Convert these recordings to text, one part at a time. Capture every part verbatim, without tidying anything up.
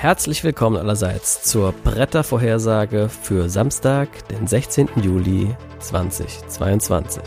Herzlich willkommen allerseits zur Brettervorhersage für Samstag, den sechzehnten Juli zweitausendzweiundzwanzig.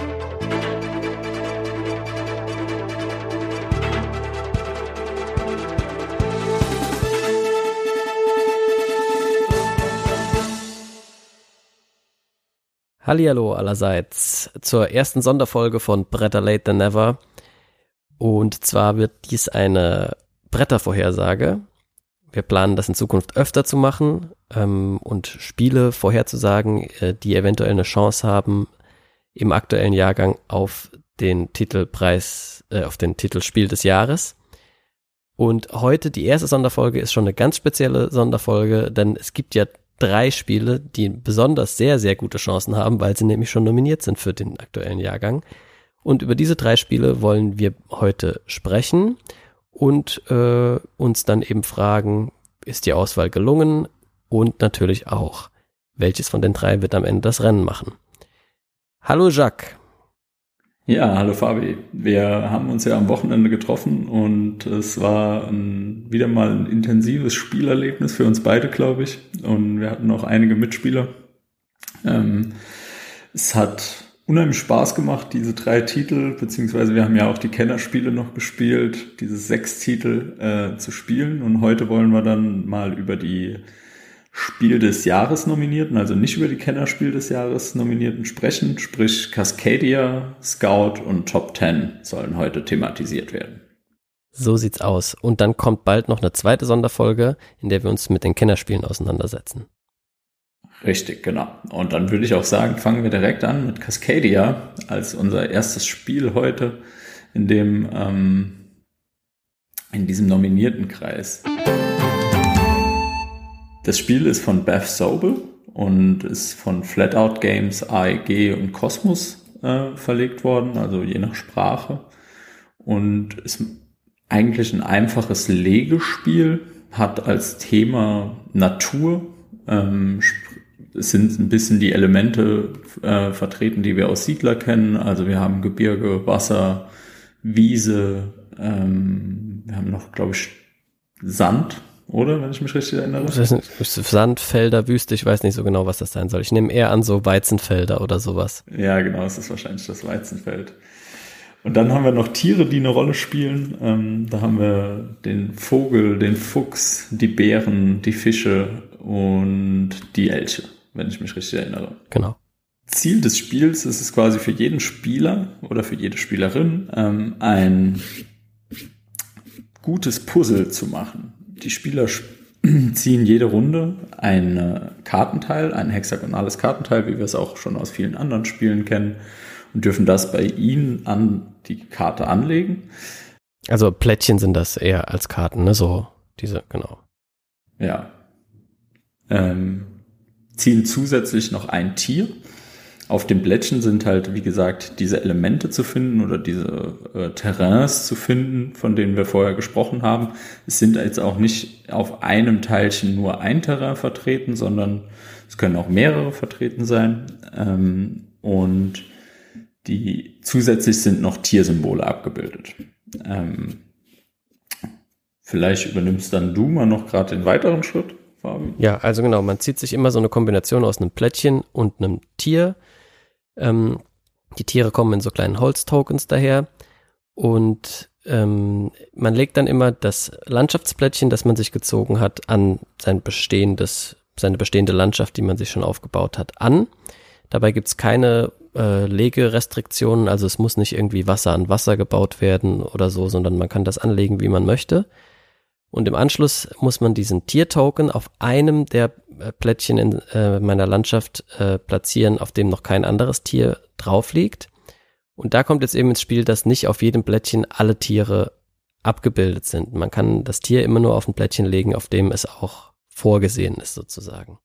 Hallihallo allerseits zur ersten Sonderfolge von Better Late Than Never. Und zwar wird dies eine Brettervorhersage. Wir planen das in Zukunft öfter zu machen ähm, und Spiele vorherzusagen, äh, die eventuell eine Chance haben, im aktuellen Jahrgang auf den Titelpreis, äh, auf den Titel Spiel des Jahres. Und heute, die erste Sonderfolge, ist schon eine ganz spezielle Sonderfolge, denn es gibt ja drei Spiele, die besonders sehr, sehr gute Chancen haben, weil sie nämlich schon nominiert sind für den aktuellen Jahrgang. Und über diese drei Spiele wollen wir heute sprechen und äh, uns dann eben fragen, ist die Auswahl gelungen? Und natürlich auch, welches von den drei wird am Ende das Rennen machen? Hallo Jacques. Ja, hallo Fabi. Wir haben uns ja am Wochenende getroffen und es war ein, wieder mal ein intensives Spielerlebnis für uns beide, glaube ich. Und wir hatten auch einige Mitspieler. Ähm, es hat unheimlich Spaß gemacht, diese drei Titel, beziehungsweise wir haben ja auch die Kennerspiele noch gespielt, diese sechs Titel äh, zu spielen. Und heute wollen wir dann mal über die Spiel des Jahres Nominierten, also nicht über die Kennerspiel des Jahres Nominierten sprechen, sprich Cascadia, Scout und Top Ten sollen heute thematisiert werden. So sieht's aus. Und dann kommt bald noch eine zweite Sonderfolge, in der wir uns mit den Kennerspielen auseinandersetzen. Richtig, genau. Und dann würde ich auch sagen, fangen wir direkt an mit Cascadia als unser erstes Spiel heute in dem ähm, in diesem nominierten Kreis. Das Spiel ist von Beth Sobel und ist von Flatout Games, A E G und Kosmos äh, verlegt worden, also je nach Sprache. Und ist eigentlich ein einfaches Legespiel, hat als Thema Natur, ähm, es sind ein bisschen die Elemente äh, vertreten, die wir aus Siedler kennen. Also wir haben Gebirge, Wasser, Wiese, ähm, wir haben noch, glaube ich, Sand, oder? Wenn ich mich richtig erinnere. Das ist Sand, Felder, Wüste, ich weiß nicht so genau, was das sein soll. Ich nehme eher an so Weizenfelder oder sowas. Ja, genau, es ist wahrscheinlich das Weizenfeld. Und dann haben wir noch Tiere, die eine Rolle spielen. Ähm, da haben wir den Vogel, den Fuchs, die Bären, die Fische und die Elche, wenn ich mich richtig erinnere. Genau. Ziel des Spiels ist es quasi für jeden Spieler oder für jede Spielerin ähm, ein gutes Puzzle zu machen. Die Spieler ziehen jede Runde ein Kartenteil, ein hexagonales Kartenteil, wie wir es auch schon aus vielen anderen Spielen kennen, und dürfen das bei ihnen an die Karte anlegen. Also Plättchen sind das eher als Karten, ne? So diese, genau. Ja. Ähm, ziehen zusätzlich noch ein Tier. Auf dem Blättchen sind halt, wie gesagt, diese Elemente zu finden oder diese äh, Terrains zu finden, von denen wir vorher gesprochen haben. Es sind jetzt auch nicht auf einem Teilchen nur ein Terrain vertreten, sondern es können auch mehrere vertreten sein. Ähm, und die zusätzlich sind noch Tiersymbole abgebildet. Ähm, vielleicht übernimmst dann du mal noch gerade den weiteren Schritt, Fabi. Ja, also genau, man zieht sich immer so eine Kombination aus einem Plättchen und einem Tier. Ähm, die Tiere kommen in so kleinen Holztokens daher und ähm, man legt dann immer das Landschaftsplättchen, das man sich gezogen hat, an sein bestehendes, seine bestehende Landschaft, die man sich schon aufgebaut hat, an. Dabei gibt's keine äh, Legerestriktionen, also es muss nicht irgendwie Wasser an Wasser gebaut werden oder so, sondern man kann das anlegen, wie man möchte. Und im Anschluss muss man diesen Tiertoken auf einem der Plättchen in äh, meiner Landschaft äh, platzieren, auf dem noch kein anderes Tier drauf liegt. Und da kommt jetzt eben ins Spiel, dass nicht auf jedem Plättchen alle Tiere abgebildet sind. Man kann das Tier immer nur auf ein Plättchen legen, auf dem es auch vorgesehen ist sozusagen.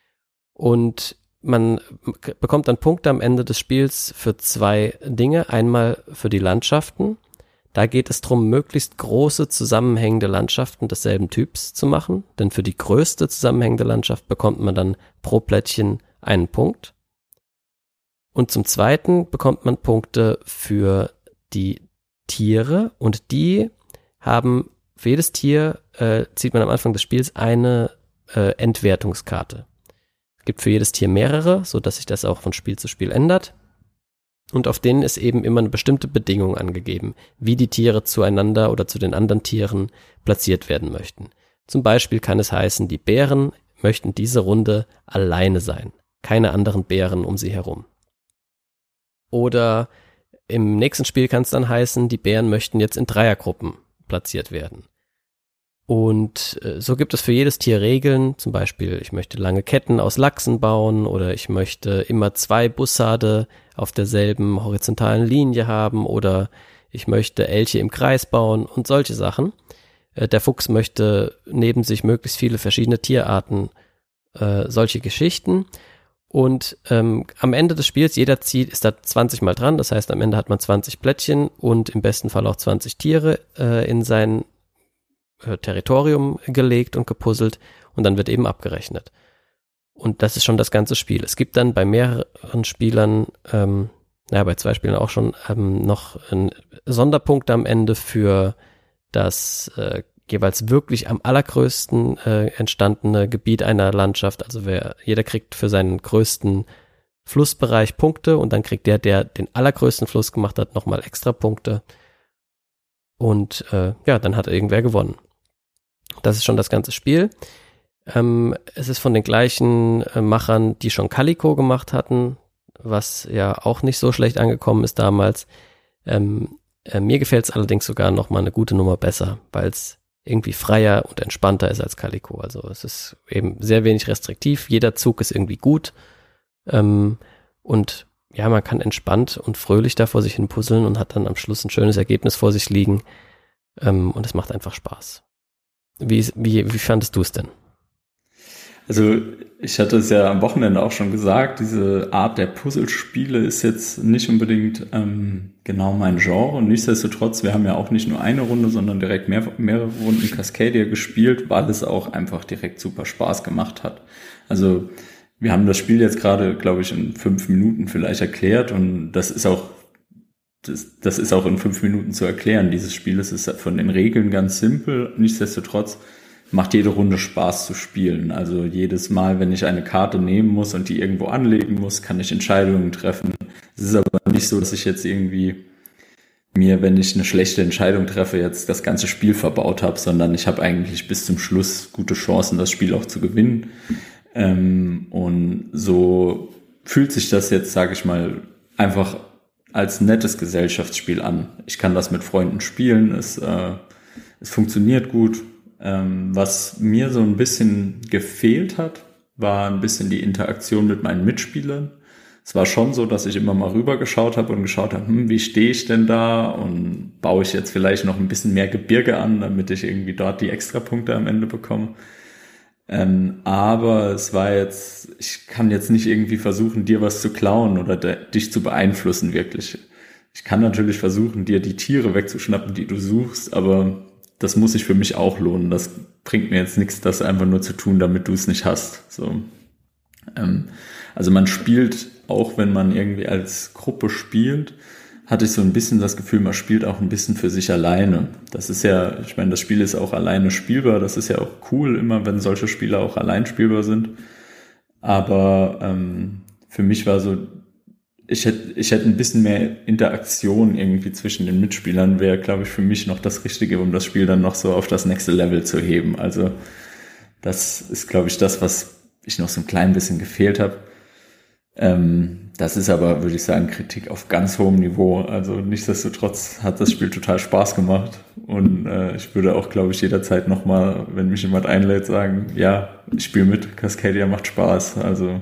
Und man bekommt dann Punkte am Ende des Spiels für zwei Dinge. Einmal für die Landschaften. Da geht es darum, möglichst große zusammenhängende Landschaften desselben Typs zu machen, denn für die größte zusammenhängende Landschaft bekommt man dann pro Plättchen einen Punkt. Und zum Zweiten bekommt man Punkte für die Tiere und die haben für jedes Tier äh, zieht man am Anfang des Spiels eine äh, Entwertungskarte. Es gibt für jedes Tier mehrere, so dass sich das auch von Spiel zu Spiel ändert. Und auf denen ist eben immer eine bestimmte Bedingung angegeben, wie die Tiere zueinander oder zu den anderen Tieren platziert werden möchten. Zum Beispiel kann es heißen, die Bären möchten diese Runde alleine sein, keine anderen Bären um sie herum. Oder im nächsten Spiel kann es dann heißen, die Bären möchten jetzt in Dreiergruppen platziert werden. Und äh, so gibt es für jedes Tier Regeln, zum Beispiel ich möchte lange Ketten aus Lachsen bauen oder ich möchte immer zwei Bussarde auf derselben horizontalen Linie haben oder ich möchte Elche im Kreis bauen und solche Sachen. Äh, der Fuchs möchte neben sich möglichst viele verschiedene Tierarten, äh, solche Geschichten. Und ähm, am Ende des Spiels, jeder zieht, ist da zwanzig Mal dran, das heißt am Ende hat man zwanzig Plättchen und im besten Fall auch zwanzig Tiere äh, in sein äh, Territorium gelegt und gepuzzelt und dann wird eben abgerechnet. Und das ist schon das ganze Spiel. Es gibt dann bei mehreren Spielern, ähm, naja, bei zwei Spielern auch schon, ähm, noch einen Sonderpunkt am Ende für das äh, jeweils wirklich am allergrößten äh, entstandene Gebiet einer Landschaft. Also wer, jeder kriegt für seinen größten Flussbereich Punkte und dann kriegt der, der den allergrößten Fluss gemacht hat, nochmal extra Punkte. Und äh, ja, dann hat irgendwer gewonnen. Das ist schon das ganze Spiel. Ähm, es ist von den gleichen äh, Machern, die schon Calico gemacht hatten, was ja auch nicht so schlecht angekommen ist damals. Ähm, äh, mir gefällt es allerdings sogar nochmal eine gute Nummer besser, weil es irgendwie freier und entspannter ist als Calico. Also es ist eben sehr wenig restriktiv. Jeder Zug ist irgendwie gut. Ähm, und ja, man kann entspannt und fröhlich da vor sich hin puzzeln und hat dann am Schluss ein schönes Ergebnis vor sich liegen. Ähm, und es macht einfach Spaß. Wie, wie, wie fandest du es denn? Also ich hatte es ja am Wochenende auch schon gesagt, diese Art der Puzzlespiele ist jetzt nicht unbedingt ähm, genau mein Genre. Und nichtsdestotrotz, wir haben ja auch nicht nur eine Runde, sondern direkt mehr, mehrere Runden Cascadia gespielt, weil es auch einfach direkt super Spaß gemacht hat. Also wir haben das Spiel jetzt gerade, glaube ich, in fünf Minuten vielleicht erklärt und das ist auch das, das ist auch in fünf Minuten zu erklären. Dieses Spiel, es ist von den Regeln ganz simpel, nichtsdestotrotz macht jede Runde Spaß zu spielen. Also jedes Mal, wenn ich eine Karte nehmen muss und die irgendwo anlegen muss, kann ich Entscheidungen treffen. Es ist aber nicht so, dass ich jetzt irgendwie mir, wenn ich eine schlechte Entscheidung treffe, jetzt das ganze Spiel verbaut habe, sondern ich habe eigentlich bis zum Schluss gute Chancen, das Spiel auch zu gewinnen. Ähm, und so fühlt sich das jetzt, sage ich mal, einfach als nettes Gesellschaftsspiel an. Ich kann das mit Freunden spielen, es, äh, es funktioniert gut. Ähm, was mir so ein bisschen gefehlt hat, war ein bisschen die Interaktion mit meinen Mitspielern. Es war schon so, dass ich immer mal rübergeschaut habe und geschaut habe, hm, wie stehe ich denn da und baue ich jetzt vielleicht noch ein bisschen mehr Gebirge an, damit ich irgendwie dort die Extrapunkte am Ende bekomme. Ähm, aber es war jetzt, ich kann jetzt nicht irgendwie versuchen, dir was zu klauen oder de- dich zu beeinflussen wirklich. Ich kann natürlich versuchen, dir die Tiere wegzuschnappen, die du suchst, aber das muss sich für mich auch lohnen. Das bringt mir jetzt nichts, das einfach nur zu tun, damit du es nicht hast. So. Ähm, also man spielt, auch wenn man irgendwie als Gruppe spielt, hatte ich so ein bisschen das Gefühl, man spielt auch ein bisschen für sich alleine. Das ist ja, ich meine, das Spiel ist auch alleine spielbar. Das ist ja auch cool, immer wenn solche Spiele auch allein spielbar sind. Aber ähm, für mich war so, ich hätte ich hätte ein bisschen mehr Interaktion irgendwie zwischen den Mitspielern, wäre, glaube ich, für mich noch das Richtige, um das Spiel dann noch so auf das nächste Level zu heben. Also das ist, glaube ich, das, was ich noch so ein klein bisschen gefehlt habe. Ähm, das ist aber, würde ich sagen, Kritik auf ganz hohem Niveau. Also nichtsdestotrotz hat das Spiel total Spaß gemacht und äh, ich würde auch, glaube ich, jederzeit nochmal, wenn mich jemand einlädt, sagen, ja, ich spiele mit, Cascadia macht Spaß. Also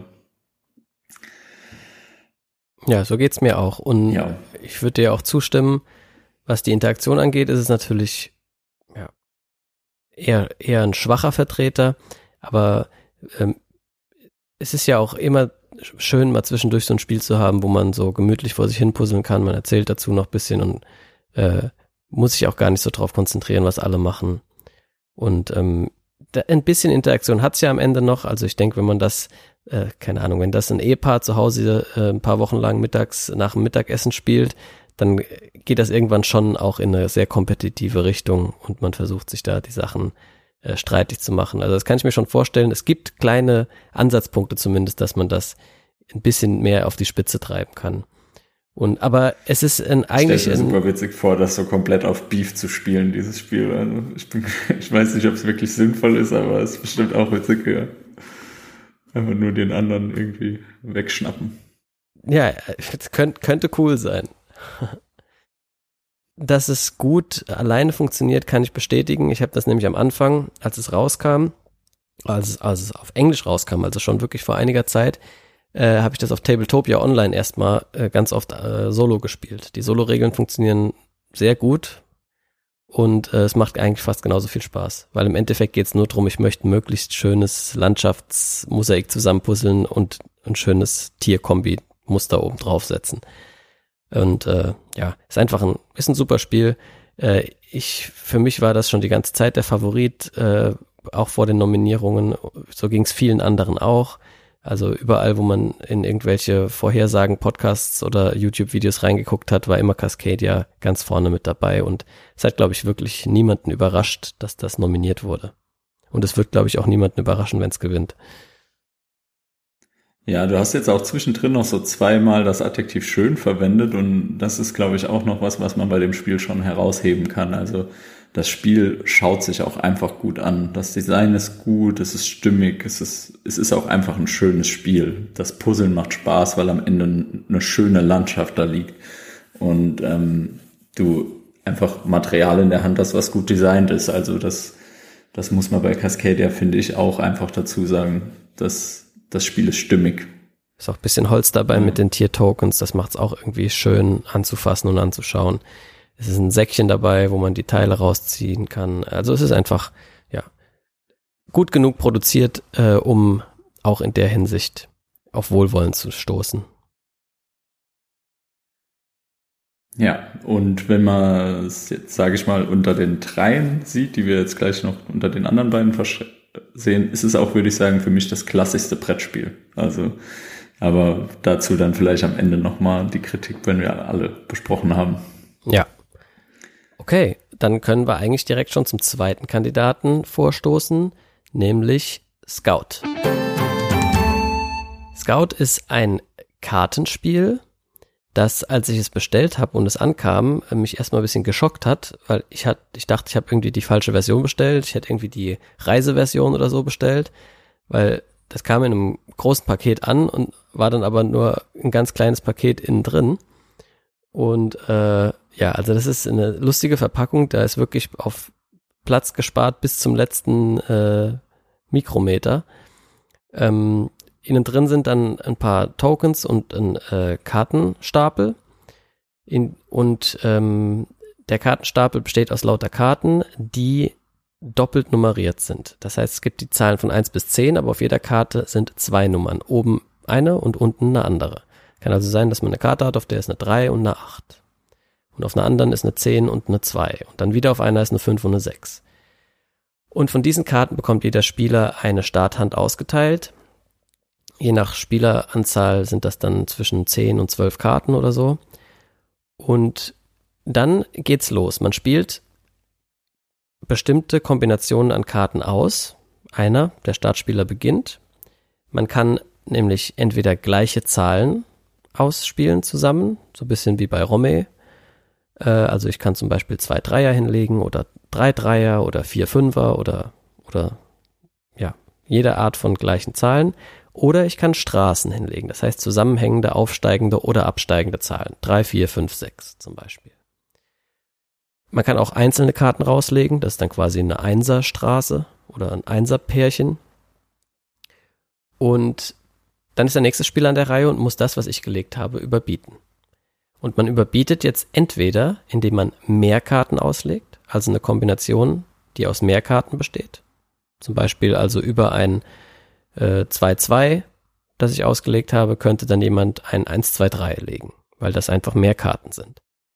ja, so geht's mir auch. Und ja. Ich würde dir auch zustimmen, was die Interaktion angeht, ist es natürlich ja, eher, eher ein schwacher Vertreter, aber ähm, es ist ja auch immer schön, mal zwischendurch so ein Spiel zu haben, wo man so gemütlich vor sich hin puzzeln kann, man erzählt dazu noch ein bisschen und äh, muss sich auch gar nicht so drauf konzentrieren, was alle machen. Und ähm, da, ein bisschen Interaktion hat's ja am Ende noch, also ich denke, wenn man das Äh, keine Ahnung, wenn das ein Ehepaar zu Hause äh, ein paar Wochen lang mittags nach dem Mittagessen spielt, dann geht das irgendwann schon auch in eine sehr kompetitive Richtung und man versucht sich da die Sachen äh, streitig zu machen. Also das kann ich mir schon vorstellen. Es gibt kleine Ansatzpunkte zumindest, dass man das ein bisschen mehr auf die Spitze treiben kann. Und aber es ist ein, eigentlich ich stelle mir super witzig vor, das so komplett auf Beef zu spielen, dieses Spiel. Also ich, bin, ich weiß nicht, ob es wirklich sinnvoll ist, aber es ist bestimmt auch witzig, ja. Einfach nur den anderen irgendwie wegschnappen. Ja, es könnt, könnte cool sein. Dass es gut alleine funktioniert, kann ich bestätigen. Ich habe das nämlich am Anfang, als es rauskam, als es, als es auf Englisch rauskam, also schon wirklich vor einiger Zeit, äh, habe ich das auf Tabletopia Online erstmal äh, ganz oft äh, solo gespielt. Die Solo-Regeln funktionieren sehr gut und äh, es macht eigentlich fast genauso viel Spaß, weil im Endeffekt geht es nur darum, ich möchte ein möglichst schönes Landschaftsmosaik zusammenpuzzeln und ein schönes Tierkombi-Muster oben draufsetzen. Und äh, ja, ist einfach ein, ist ein super Spiel. Äh, ich, für mich war das schon die ganze Zeit der Favorit, äh, auch vor den Nominierungen. So ging es vielen anderen auch. Also überall, wo man in irgendwelche Vorhersagen, Podcasts oder YouTube-Videos reingeguckt hat, war immer Cascadia ganz vorne mit dabei. Und es hat, glaube ich, wirklich niemanden überrascht, dass das nominiert wurde. Und es wird, glaube ich, auch niemanden überraschen, wenn es gewinnt. Ja, du hast jetzt auch zwischendrin noch so zweimal das Adjektiv schön verwendet und das ist, glaube ich, auch noch was, was man bei dem Spiel schon herausheben kann. Also das Spiel schaut sich auch einfach gut an. Das Design ist gut, es ist stimmig, es ist, es ist auch einfach ein schönes Spiel. Das Puzzeln macht Spaß, weil am Ende eine schöne Landschaft da liegt und ähm, du einfach Material in der Hand hast, was gut designt ist. Also das, das muss man bei Cascadia, finde ich, auch einfach dazu sagen, dass das Spiel ist stimmig. Ist auch ein bisschen Holz dabei, ja, mit den Tier-Tokens. Das macht es auch irgendwie schön anzufassen und anzuschauen. Es ist ein Säckchen dabei, wo man die Teile rausziehen kann. Also es ist einfach, ja, gut genug produziert, äh, um auch in der Hinsicht auf Wohlwollen zu stoßen. Ja, und wenn man es jetzt, sage ich mal, unter den dreien sieht, die wir jetzt gleich noch unter den anderen beiden versch- sehen, ist es auch, würde ich sagen, für mich das klassischste Brettspiel. Also, aber dazu dann vielleicht am Ende nochmal die Kritik, wenn wir alle besprochen haben. Ja. Okay, dann können wir eigentlich direkt schon zum zweiten Kandidaten vorstoßen, nämlich Scout. Scout ist ein Kartenspiel, das, als ich es bestellt habe und es ankam, mich erstmal ein bisschen geschockt hat, weil ich hat, ich dachte, ich habe irgendwie die falsche Version bestellt, ich hätte irgendwie die Reiseversion oder so bestellt, weil das kam in einem großen Paket an und war dann aber nur ein ganz kleines Paket innen drin. Und äh, ja, also das ist eine lustige Verpackung, da ist wirklich auf Platz gespart bis zum letzten äh, Mikrometer. Ähm, Innen drin sind dann ein paar Tokens und ein äh, Kartenstapel. In, und ähm, der Kartenstapel besteht aus lauter Karten, die doppelt nummeriert sind. Das heißt, es gibt die Zahlen von eins bis zehn, aber auf jeder Karte sind zwei Nummern. Oben eine und unten eine andere. Kann also sein, dass man eine Karte hat, auf der ist eine drei und eine acht. Und auf einer anderen ist eine zehn und eine zwei. Und dann wieder auf einer ist eine fünf und eine sechs. Und von diesen Karten bekommt jeder Spieler eine Starthand ausgeteilt. Je nach Spieleranzahl sind das dann zwischen zehn und zwölf Karten oder so. Und dann geht's los. Man spielt bestimmte Kombinationen an Karten aus. Einer, der Startspieler beginnt. Man kann nämlich entweder gleiche Zahlen ausspielen zusammen, so ein bisschen wie bei Romme. Äh, also ich kann zum Beispiel zwei Dreier hinlegen oder drei Dreier oder vier Fünfer oder, oder ja, jede Art von gleichen Zahlen. Oder ich kann Straßen hinlegen, das heißt zusammenhängende, aufsteigende oder absteigende Zahlen. drei, vier, fünf, sechs zum Beispiel. Man kann auch einzelne Karten rauslegen, das ist dann quasi eine Einserstraße oder ein Einserpärchen. Und dann ist der nächste Spieler an der Reihe und muss das, was ich gelegt habe, überbieten. Und man überbietet jetzt entweder, indem man mehr Karten auslegt, also eine Kombination, die aus mehr Karten besteht. Zum Beispiel also über ein zwei zwei, das ich ausgelegt habe, könnte dann jemand ein eins zwei drei legen, weil das einfach mehr Karten sind.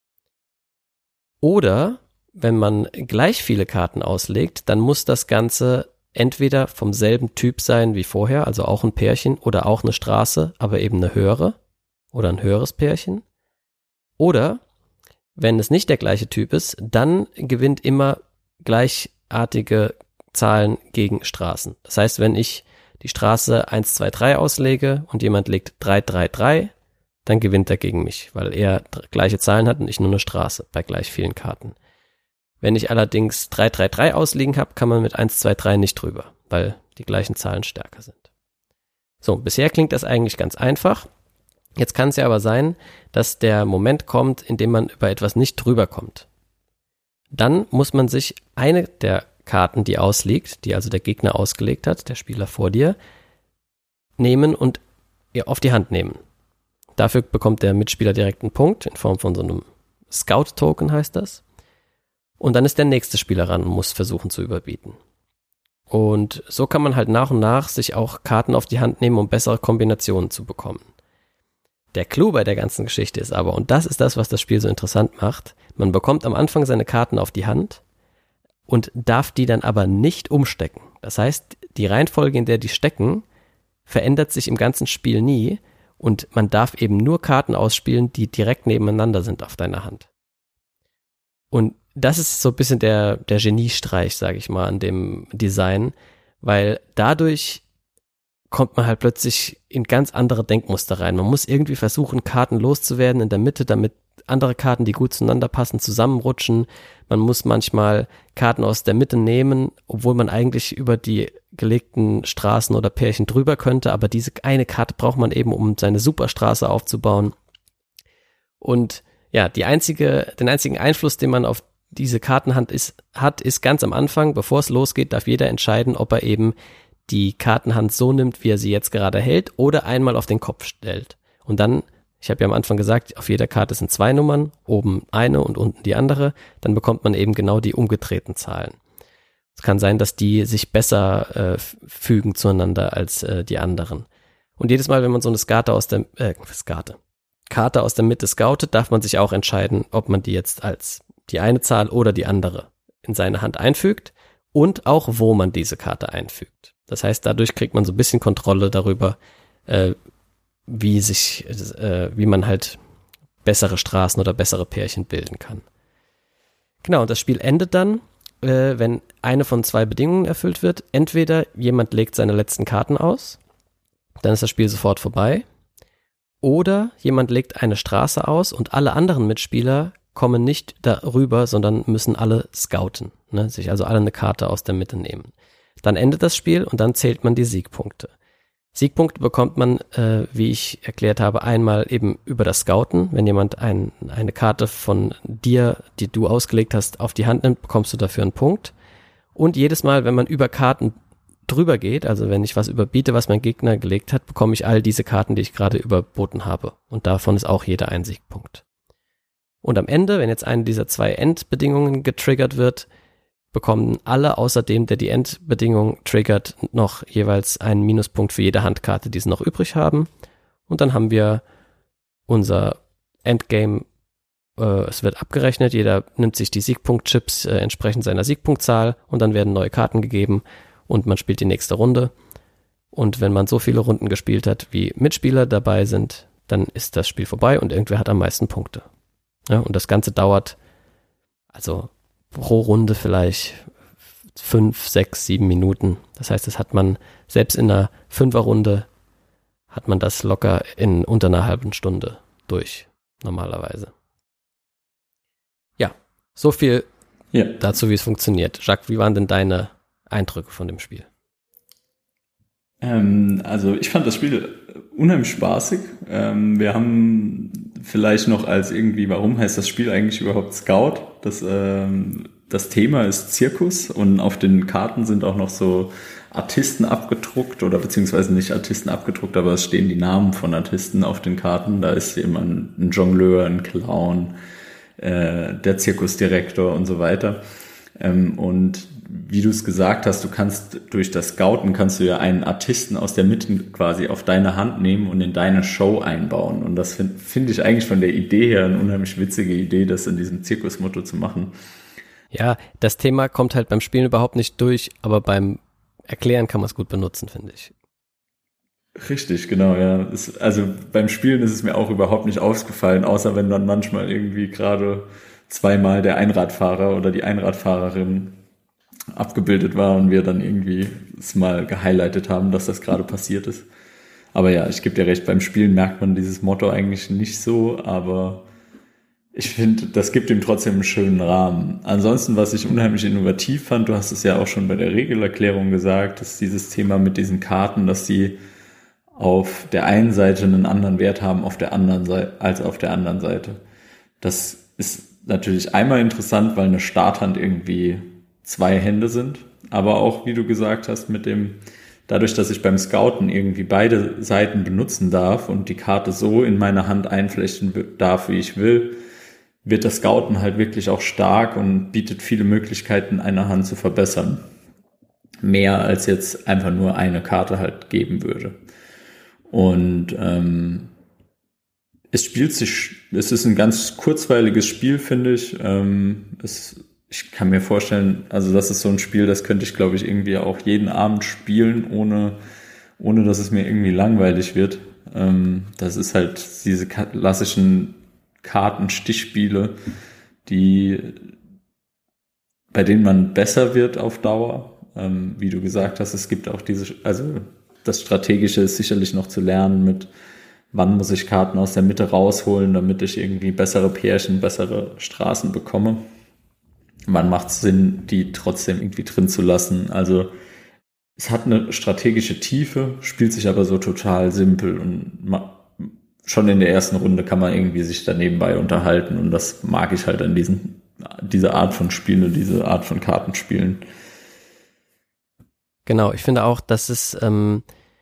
Oder, wenn man gleich viele Karten auslegt, dann muss das Ganze entweder vom selben Typ sein wie vorher, also auch ein Pärchen oder auch eine Straße, aber eben eine höhere oder ein höheres Pärchen. Oder Wenn es nicht der gleiche Typ ist, dann gewinnt immer gleichartige Zahlen gegen Straßen. Das heißt, wenn ich die Straße eins, zwei, drei auslege und jemand legt drei, drei, drei, dann gewinnt er gegen mich, weil er gleiche Zahlen hat und ich nur eine Straße bei gleich vielen Karten. Wenn ich allerdings drei, drei, drei ausliegen habe, kann man mit eins, zwei, drei nicht drüber, weil die gleichen Zahlen stärker sind. So, bisher klingt das eigentlich ganz einfach. Jetzt kann es ja aber sein, dass der Moment kommt, in dem man über etwas nicht drüber kommt. Dann muss man sich eine der Karten, die ausliegt, die also der Gegner ausgelegt hat, der Spieler vor dir, nehmen und ihr auf die Hand nehmen. Dafür bekommt der Mitspieler direkt einen Punkt in Form von so einem Scout-Token, heißt das. Und dann ist der nächste Spieler ran und muss versuchen zu überbieten. Und so kann man halt nach und nach sich auch Karten auf die Hand nehmen, um bessere Kombinationen zu bekommen. Der Clou bei der ganzen Geschichte ist aber, und das ist das, was das Spiel so interessant macht, man bekommt am Anfang seine Karten auf die Hand und darf die dann aber nicht umstecken. Das heißt, die Reihenfolge, in der die stecken, verändert sich im ganzen Spiel nie und man darf eben nur Karten ausspielen, die direkt nebeneinander sind auf deiner Hand. Und das ist so ein bisschen der, der Geniestreich, sage ich mal, an dem Design, weil dadurch kommt man halt plötzlich in ganz andere Denkmuster rein. Man muss irgendwie versuchen, Karten loszuwerden in der Mitte, damit andere Karten, die gut zueinander passen, zusammenrutschen. Man muss manchmal Karten aus der Mitte nehmen, obwohl man eigentlich über die gelegten Straßen oder Pärchen drüber könnte, aber diese eine Karte braucht man eben, um seine Superstraße aufzubauen. Und ja, die einzige, den einzigen Einfluss, den man auf diese Kartenhand ist, hat, ist ganz am Anfang, bevor es losgeht, darf jeder entscheiden, ob er eben die Kartenhand so nimmt, wie er sie jetzt gerade hält, oder einmal auf den Kopf stellt. Und dann, ich habe ja am Anfang gesagt, auf jeder Karte sind zwei Nummern, oben eine und unten die andere, dann bekommt man eben genau die umgedrehten Zahlen. Es kann sein, dass die sich besser äh, fügen zueinander als äh, die anderen. Und jedes Mal, wenn man so eine Skate aus der, äh, Skate, Karte aus der Mitte scoutet, darf man sich auch entscheiden, ob man die jetzt als die eine Zahl oder die andere in seine Hand einfügt und auch, wo man diese Karte einfügt. Das heißt, dadurch kriegt man so ein bisschen Kontrolle darüber, äh, wie sich, äh, wie man halt bessere Straßen oder bessere Pärchen bilden kann. Genau, und das Spiel endet dann, äh, wenn eine von zwei Bedingungen erfüllt wird. Entweder jemand legt seine letzten Karten aus, dann ist das Spiel sofort vorbei, oder jemand legt eine Straße aus und alle anderen Mitspieler kommen nicht darüber, sondern müssen alle scouten, ne? Sich also alle eine Karte aus der Mitte nehmen. Dann endet das Spiel und dann zählt man die Siegpunkte. Siegpunkte bekommt man, äh, wie ich erklärt habe, einmal eben über das Scouten. Wenn jemand ein, eine Karte von dir, die du ausgelegt hast, auf die Hand nimmt, bekommst du dafür einen Punkt. Und jedes Mal, wenn man über Karten drüber geht, also wenn ich was überbiete, was mein Gegner gelegt hat, bekomme ich all diese Karten, die ich gerade überboten habe. Und davon ist auch jeder ein Siegpunkt. Und am Ende, wenn jetzt eine dieser zwei Endbedingungen getriggert wird, bekommen alle außerdem, der die Endbedingung triggert, noch jeweils einen Minuspunkt für jede Handkarte, die sie noch übrig haben. Und dann haben wir unser Endgame, äh, es wird abgerechnet, jeder nimmt sich die Siegpunktchips äh, entsprechend seiner Siegpunktzahl und dann werden neue Karten gegeben und man spielt die nächste Runde. Und wenn man so viele Runden gespielt hat, wie Mitspieler dabei sind, dann ist das Spiel vorbei und irgendwer hat am meisten Punkte. Ja, und das Ganze dauert also pro Runde vielleicht fünf, sechs, sieben Minuten. Das heißt, das hat man selbst in einer Fünferrunde hat man das locker in unter einer halben Stunde durch, normalerweise. Ja, so viel ja. dazu, wie es funktioniert. Jacques, wie waren denn deine Eindrücke von dem Spiel? Ähm, also ich fand das Spiel unheimlich spaßig. Ähm, wir haben vielleicht noch als irgendwie, warum heißt das Spiel eigentlich überhaupt Scout? Das, ähm, das Thema ist Zirkus und auf den Karten sind auch noch so Artisten abgedruckt oder beziehungsweise nicht Artisten abgedruckt, aber es stehen die Namen von Artisten auf den Karten. Da ist jemand, ein Jongleur, ein Clown, äh, der Zirkusdirektor und so weiter. Ähm, und wie du es gesagt hast, du kannst durch das Scouten kannst du ja einen Artisten aus der Mitte quasi auf deine Hand nehmen und in deine Show einbauen. Und das finde find ich eigentlich von der Idee her eine unheimlich witzige Idee, das in diesem Zirkusmotto zu machen. Ja, das Thema kommt halt beim Spielen überhaupt nicht durch, aber beim Erklären kann man es gut benutzen, finde ich. Richtig, genau, ja. Es, also beim Spielen ist es mir auch überhaupt nicht aufgefallen, außer wenn dann manchmal irgendwie gerade zweimal der Einradfahrer oder die Einradfahrerin abgebildet war und wir dann irgendwie es mal gehighlightet haben, dass das gerade passiert ist. Aber ja, ich gebe dir recht, beim Spielen merkt man dieses Motto eigentlich nicht so, aber ich finde, das gibt ihm trotzdem einen schönen Rahmen. Ansonsten, was ich unheimlich innovativ fand, du hast es ja auch schon bei der Regelerklärung gesagt, ist dieses Thema mit diesen Karten, dass sie auf der einen Seite einen anderen Wert haben auf der anderen Seite als auf der anderen Seite. Das ist natürlich einmal interessant, weil eine Starthand irgendwie zwei Hände sind, aber auch, wie du gesagt hast, mit dem, dadurch, dass ich beim Scouten irgendwie beide Seiten benutzen darf und die Karte so in meine Hand einflechten darf, wie ich will, wird das Scouten halt wirklich auch stark und bietet viele Möglichkeiten, eine Hand zu verbessern. Mehr als jetzt einfach nur eine Karte halt geben würde. Und ähm, es spielt sich, es ist ein ganz kurzweiliges Spiel, finde ich. Ähm, es, ich kann mir vorstellen, also das ist so ein Spiel, das könnte ich, glaube ich, irgendwie auch jeden Abend spielen, ohne, ohne dass es mir irgendwie langweilig wird. Ähm, das ist halt diese klassischen Kartenstichspiele, die, bei denen man besser wird auf Dauer. Ähm, wie du gesagt hast, es gibt auch diese, also das Strategische ist sicherlich noch zu lernen mit, wann muss ich Karten aus der Mitte rausholen, damit ich irgendwie bessere Pärchen, bessere Straßen bekomme. Wann macht es Sinn, die trotzdem irgendwie drin zu lassen? Also es hat eine strategische Tiefe, spielt sich aber so total simpel und ma- schon in der ersten Runde kann man irgendwie sich da nebenbei unterhalten und das mag ich halt an diesen, diese Art von Spielen und diese Art von Kartenspielen. Genau, ich finde auch, dass es, ähm,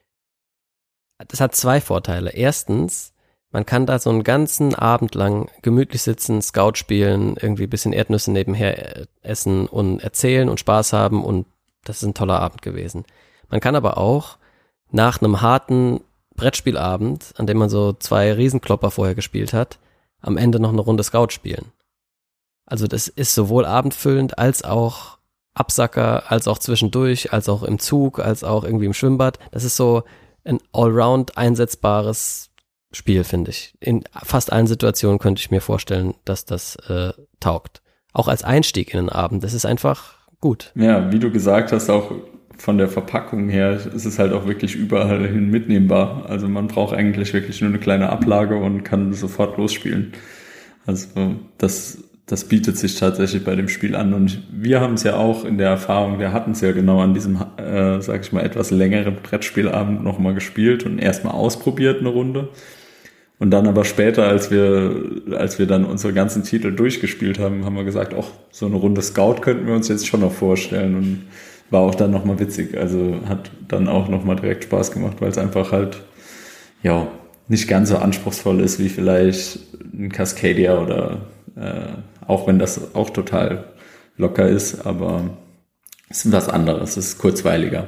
das hat zwei Vorteile. Erstens, man kann da so einen ganzen Abend lang gemütlich sitzen, Scout spielen, irgendwie ein bisschen Erdnüsse nebenher essen und erzählen und Spaß haben und das ist ein toller Abend gewesen. Man kann aber auch nach einem harten Brettspielabend, an dem man so zwei Riesenklopper vorher gespielt hat, am Ende noch eine Runde Scout spielen. Also das ist sowohl abendfüllend als auch Absacker, als auch zwischendurch, als auch im Zug, als auch irgendwie im Schwimmbad. Das ist so ein allround einsetzbares Spiel, finde ich. In fast allen Situationen könnte ich mir vorstellen, dass das äh, taugt. Auch als Einstieg in den Abend. Das ist einfach gut. Ja, wie du gesagt hast, auch von der Verpackung her ist es halt auch wirklich überall hin mitnehmbar. Also man braucht eigentlich wirklich nur eine kleine Ablage und kann sofort losspielen. Also das, das bietet sich tatsächlich bei dem Spiel an. Und wir haben es ja auch in der Erfahrung, wir hatten es ja genau an diesem, äh, sag ich mal, etwas längeren Brettspielabend nochmal gespielt und erstmal ausprobiert eine Runde. Und dann aber später, als wir, als wir dann unsere ganzen Titel durchgespielt haben, haben wir gesagt, ach, so eine Runde Scout könnten wir uns jetzt schon noch vorstellen und war auch dann nochmal witzig. Also hat dann auch nochmal direkt Spaß gemacht, weil es einfach halt, ja, nicht ganz so anspruchsvoll ist wie vielleicht ein Cascadia oder, äh, auch wenn das auch total locker ist, aber es ist was anderes, es ist kurzweiliger.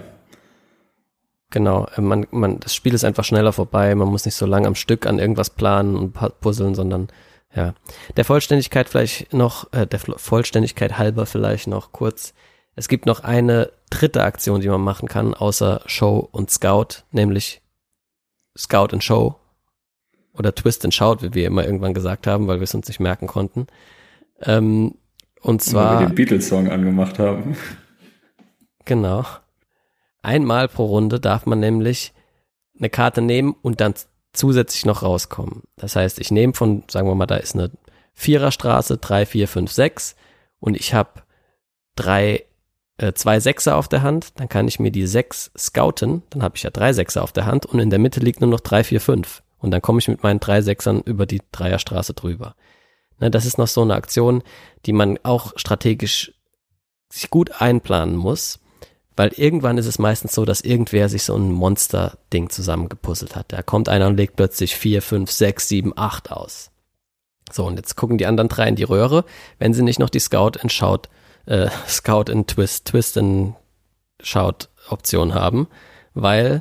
Genau, man, man, das Spiel ist einfach schneller vorbei, man muss nicht so lange am Stück an irgendwas planen und puzzeln, sondern ja. Der Vollständigkeit vielleicht noch, äh, der Vollständigkeit halber vielleicht noch kurz, es gibt noch eine dritte Aktion, die man machen kann, außer Show und Scout, nämlich Scout and Show oder Twist and Shout, wie wir immer irgendwann gesagt haben, weil wir es uns nicht merken konnten. Ähm, und zwar... Weil wir den Beatles-Song angemacht haben. Genau. Einmal pro Runde darf man nämlich eine Karte nehmen und dann zusätzlich noch rauskommen. Das heißt, ich nehme von, sagen wir mal, da ist eine Viererstraße, drei, vier, fünf, sechs und ich habe drei, äh, zwei Sechser auf der Hand, dann kann ich mir die sechs scouten, dann habe ich ja drei Sechser auf der Hand und in der Mitte liegt nur noch drei, vier, fünf und dann komme ich mit meinen drei Sechsern über die Dreierstraße drüber. Ne, das ist noch so eine Aktion, die man auch strategisch sich gut einplanen muss. Weil irgendwann ist es meistens so, dass irgendwer sich so ein Monster-Ding zusammengepuzzelt hat. Da kommt einer und legt plötzlich vier, fünf, sechs, sieben, acht aus. So, und jetzt gucken die anderen drei in die Röhre, wenn sie nicht noch die Scout and Shout, äh, Scout and Twist, Twist and Shout Option haben, weil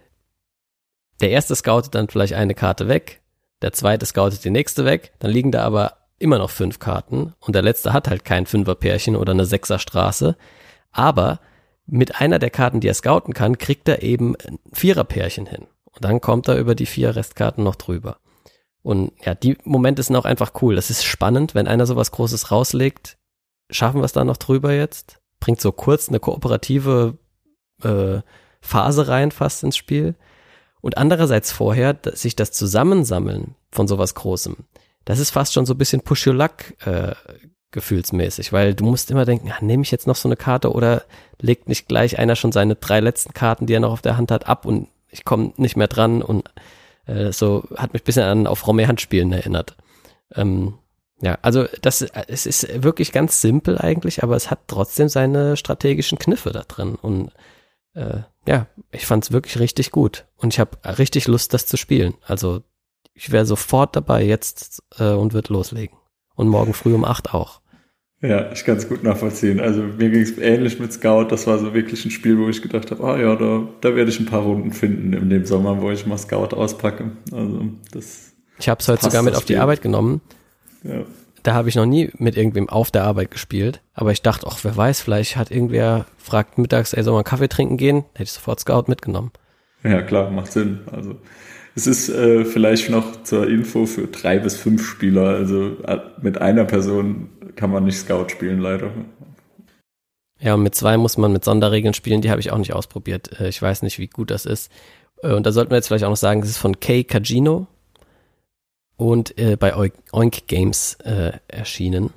der erste scoutet dann vielleicht eine Karte weg, der zweite scoutet die nächste weg, dann liegen da aber immer noch fünf Karten und der letzte hat halt kein Fünferpärchen oder eine Sechserstraße, aber mit einer der Karten, die er scouten kann, kriegt er eben ein Viererpärchen hin. Und dann kommt er über die vier Restkarten noch drüber. Und ja, die Momente sind auch einfach cool. Das ist spannend, wenn einer sowas Großes rauslegt. Schaffen wir es da noch drüber jetzt? Bringt so kurz eine kooperative äh, Phase rein fast ins Spiel. Und andererseits vorher, dass sich das Zusammensammeln von sowas Großem, das ist fast schon so ein bisschen Push-Your-Luck äh, gefühlsmäßig, weil du musst immer denken, ah, nehme ich jetzt noch so eine Karte oder legt nicht gleich einer schon seine drei letzten Karten, die er noch auf der Hand hat, ab und ich komme nicht mehr dran und äh, so hat mich ein bisschen an auf Romé-Handspielen erinnert. Ähm, ja, also das es ist wirklich ganz simpel eigentlich, aber es hat trotzdem seine strategischen Kniffe da drin und äh, ja, ich fand es wirklich richtig gut und ich habe richtig Lust, das zu spielen. Also ich wäre sofort dabei jetzt äh, und würde loslegen. Und morgen früh um acht auch. Ja, ich kann es gut nachvollziehen. Also mir ging es ähnlich mit Scout. Das war so wirklich ein Spiel, wo ich gedacht habe, ah ja, da, da werde ich ein paar Runden finden in dem Sommer, wo ich mal Scout auspacke. Also das. Ich habe es heute sogar mit auf die Arbeit genommen. Ja. Da habe ich noch nie mit irgendwem auf der Arbeit gespielt. Aber ich dachte, ach, wer weiß, vielleicht hat irgendwer fragt mittags, ey, soll man Kaffee trinken gehen? Hätte ich sofort Scout mitgenommen. Ja, klar, macht Sinn. Also es ist äh, vielleicht noch zur Info für drei bis fünf Spieler. Also äh, mit einer Person kann man nicht Scout spielen, leider. Ja, und mit zwei muss man mit Sonderregeln spielen. Die habe ich auch nicht ausprobiert. Äh, ich weiß nicht, wie gut das ist. Äh, und da sollten wir jetzt vielleicht auch noch sagen, das ist von Kei Kajino und äh, bei Oink Games äh, erschienen.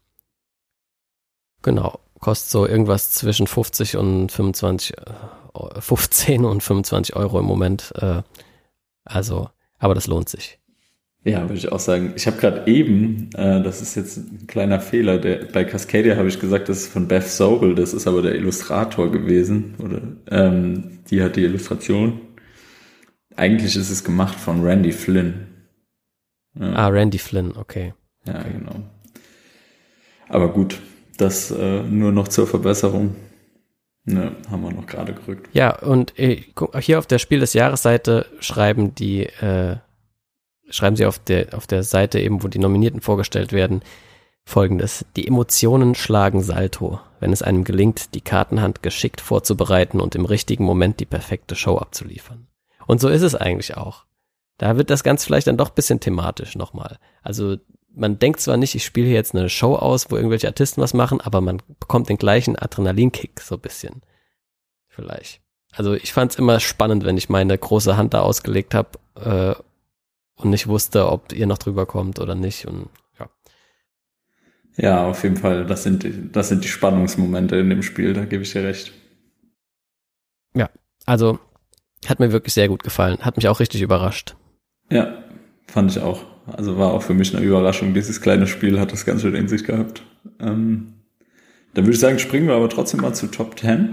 Genau, kostet so irgendwas zwischen fünfzig und fünfundzwanzig, äh, fünfzehn und fünfundzwanzig Euro im Moment. Äh, Also, aber das lohnt sich. Ja, würde ich auch sagen. Ich habe gerade eben, äh, das ist jetzt ein kleiner Fehler, der, bei Cascadia habe ich gesagt, das ist von Beth Sobel, das ist aber der Illustrator gewesen, oder ähm, die hat die Illustration. Eigentlich ist es gemacht von Randy Flynn. Ja. Ah, Randy Flynn, okay. Ja, okay. genau. Aber gut, das äh, nur noch zur Verbesserung. Ne, haben wir noch gerade gerückt. Ja, und äh, hier auf der Spiel des Jahres-Seite schreiben die, äh, schreiben sie auf der, auf der Seite eben, wo die Nominierten vorgestellt werden, Folgendes: Die Emotionen schlagen Salto, wenn es einem gelingt, die Kartenhand geschickt vorzubereiten und im richtigen Moment die perfekte Show abzuliefern. Und so ist es eigentlich auch. Da wird das Ganze vielleicht dann doch ein bisschen thematisch nochmal. Also man denkt zwar nicht, ich spiele hier jetzt eine Show aus, wo irgendwelche Artisten was machen, aber man bekommt den gleichen Adrenalinkick so ein bisschen. Vielleicht. Also ich fand es immer spannend, wenn ich meine große Hand da ausgelegt habe äh, und nicht wusste, ob ihr noch drüber kommt oder nicht. Und ja. Ja, auf jeden Fall. Das sind die, das sind die Spannungsmomente in dem Spiel, da gebe ich dir recht. Ja, also hat mir wirklich sehr gut gefallen. Hat mich auch richtig überrascht. Ja, fand ich auch. Also war auch für mich eine Überraschung. Dieses kleine Spiel hat das ganz schön in sich gehabt. Ähm, dann würde ich sagen, springen wir aber trotzdem mal zu Top zehn.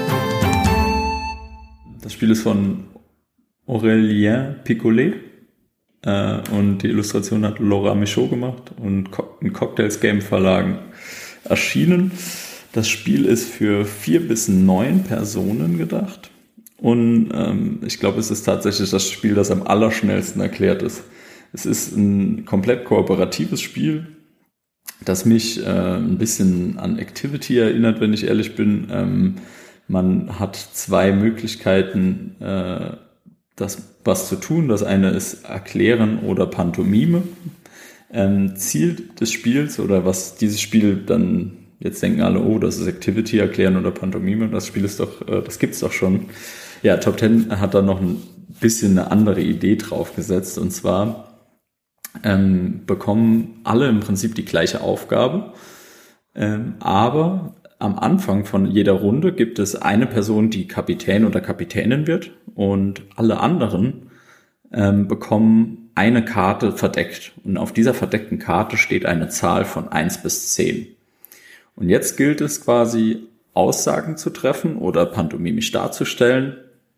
Das Spiel ist von Aurélien Picolet äh, und die Illustration hat Laura Michaud gemacht und in Cocktails Game Verlagen erschienen. Das Spiel ist für vier bis neun Personen gedacht und ähm, ich glaube, es ist tatsächlich das Spiel, das am allerschnellsten erklärt ist. Es ist ein komplett kooperatives Spiel, das mich äh, ein bisschen an Activity erinnert, wenn ich ehrlich bin. Ähm, man hat zwei Möglichkeiten, äh, das was zu tun. Das eine ist Erklären oder Pantomime. Ähm, Ziel des Spiels oder was dieses Spiel dann, jetzt denken alle, oh, das ist Activity, Erklären oder Pantomime. Das Spiel ist doch, äh, das gibt's doch schon. Ja, Top zehn hat da noch ein bisschen eine andere Idee draufgesetzt und zwar Ähm, bekommen alle im Prinzip die gleiche Aufgabe, ähm, aber am Anfang von jeder Runde gibt es eine Person, die Kapitän oder Kapitänin wird und alle anderen ähm, bekommen eine Karte verdeckt und auf dieser verdeckten Karte steht eine Zahl von eins bis zehn. Und jetzt gilt es quasi Aussagen zu treffen oder pantomimisch darzustellen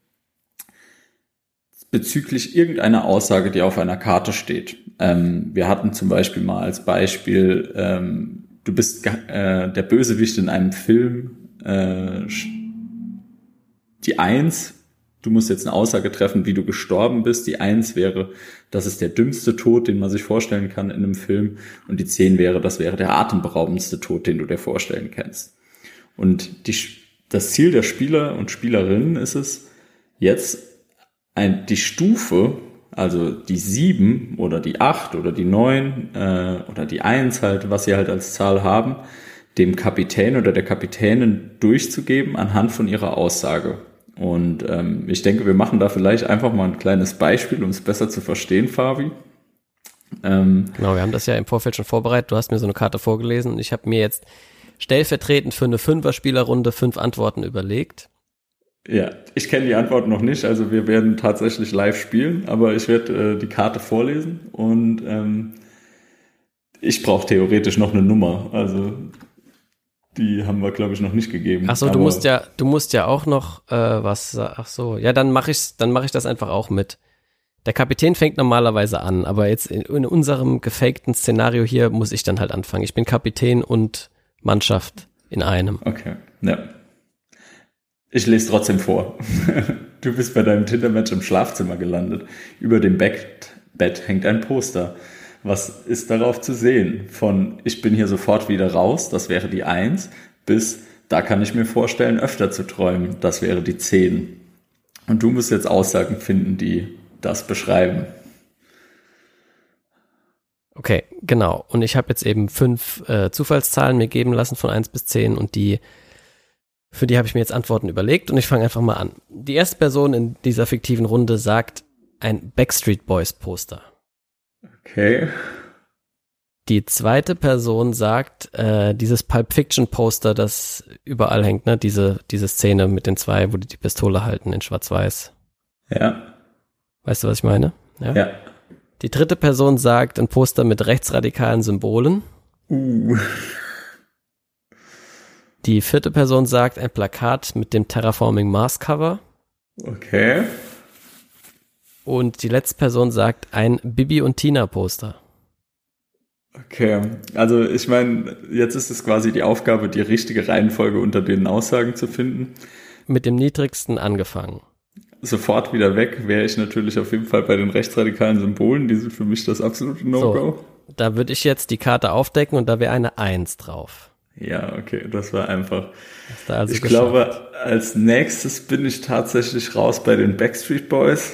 bezüglich irgendeiner Aussage, die auf einer Karte steht. Ähm, wir hatten zum Beispiel mal als Beispiel, ähm, du bist äh, der Bösewicht in einem Film, äh, die Eins, du musst jetzt eine Aussage treffen, wie du gestorben bist. Die Eins wäre, das ist der dümmste Tod, den man sich vorstellen kann in einem Film. Und die Zehn wäre, das wäre der atemberaubendste Tod, den du dir vorstellen kannst. Und die, das Ziel der Spieler und Spielerinnen ist es, jetzt ein, die Stufe, also die sieben oder die acht oder die neun äh, oder die eins halt, was sie halt als Zahl haben, dem Kapitän oder der Kapitänin durchzugeben anhand von ihrer Aussage. Und ähm, ich denke, wir machen da vielleicht einfach mal ein kleines Beispiel, um es besser zu verstehen, Fabi. Ähm, genau, wir haben das ja im Vorfeld schon vorbereitet. Du hast mir so eine Karte vorgelesen und ich habe mir jetzt stellvertretend für eine Fünfer-Spielerrunde fünf Antworten überlegt. Ja, ich kenne die Antwort noch nicht, also wir werden tatsächlich live spielen, aber ich werde äh, die Karte vorlesen und ähm, ich brauche theoretisch noch eine Nummer, also die haben wir, glaube ich, noch nicht gegeben. Ach so, du musst ja, du musst ja auch noch äh, was, ach so, ja, dann mache ich, dann mache ich das einfach auch mit. Der Kapitän fängt normalerweise an, aber jetzt in, in unserem gefakten Szenario hier muss ich dann halt anfangen. Ich bin Kapitän und Mannschaft in einem. Okay, ja. Ich lese trotzdem vor. Du bist bei deinem Tinder-Match im Schlafzimmer gelandet. Über dem Bett, Bett hängt ein Poster. Was ist darauf zu sehen? Von ich bin hier sofort wieder raus, das wäre die eins, bis da kann ich mir vorstellen, öfter zu träumen, das wäre die zehn. Und du musst jetzt Aussagen finden, die das beschreiben. Okay, genau. Und ich habe jetzt eben fünf äh, Zufallszahlen mir geben lassen von eins bis zehn und die Für die habe ich mir jetzt Antworten überlegt und ich fange einfach mal an. Die erste Person in dieser fiktiven Runde sagt ein Backstreet Boys Poster. Okay. Die zweite Person sagt äh, dieses Pulp Fiction Poster, das überall hängt, ne? Diese, diese Szene mit den zwei, wo die die Pistole halten in Schwarz-Weiß. Ja. Weißt du, was ich meine? Ja. Ja. Die dritte Person sagt ein Poster mit rechtsradikalen Symbolen. Uh. Die vierte Person sagt ein Plakat mit dem Terraforming Mars Cover. Okay. Und die letzte Person sagt ein Bibi und Tina Poster. Okay, also ich meine, jetzt ist es quasi die Aufgabe, die richtige Reihenfolge unter den Aussagen zu finden. Mit dem niedrigsten angefangen. Sofort wieder weg wäre ich natürlich auf jeden Fall bei den rechtsradikalen Symbolen, die sind für mich das absolute No-Go. So, da würde ich jetzt die Karte aufdecken und da wäre eine eins drauf. Ja, okay, das war einfach. Da also ich geschafft. glaube, als nächstes bin ich tatsächlich raus bei den Backstreet Boys.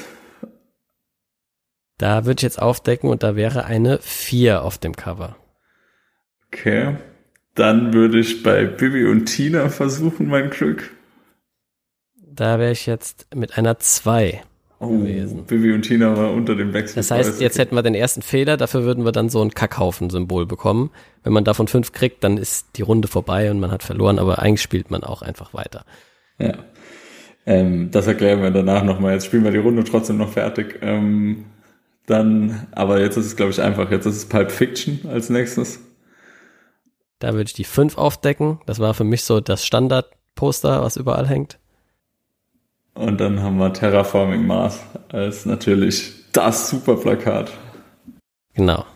Da würde ich jetzt aufdecken und da wäre eine vier auf dem Cover. Okay, dann würde ich bei Bibi und Tina versuchen, mein Glück. Da wäre ich jetzt mit einer zwei oh, gewesen. Bibi und Tina war unter dem Backstreet Boys. Das heißt, jetzt hätten wir den ersten Fehler, dafür würden wir dann so ein Kackhaufen-Symbol bekommen. Wenn man davon fünf kriegt, dann ist die Runde vorbei und man hat verloren, aber eigentlich spielt man auch einfach weiter. Ja, ähm, das erklären wir danach nochmal. Jetzt spielen wir die Runde trotzdem noch fertig. Ähm, dann, aber jetzt ist es, glaube ich, einfach. Jetzt ist es Pulp Fiction als nächstes. Da würde ich die fünf aufdecken. Das war für mich so das Standardposter, was überall hängt. Und dann haben wir Terraforming Mars als natürlich das Superplakat. Genau.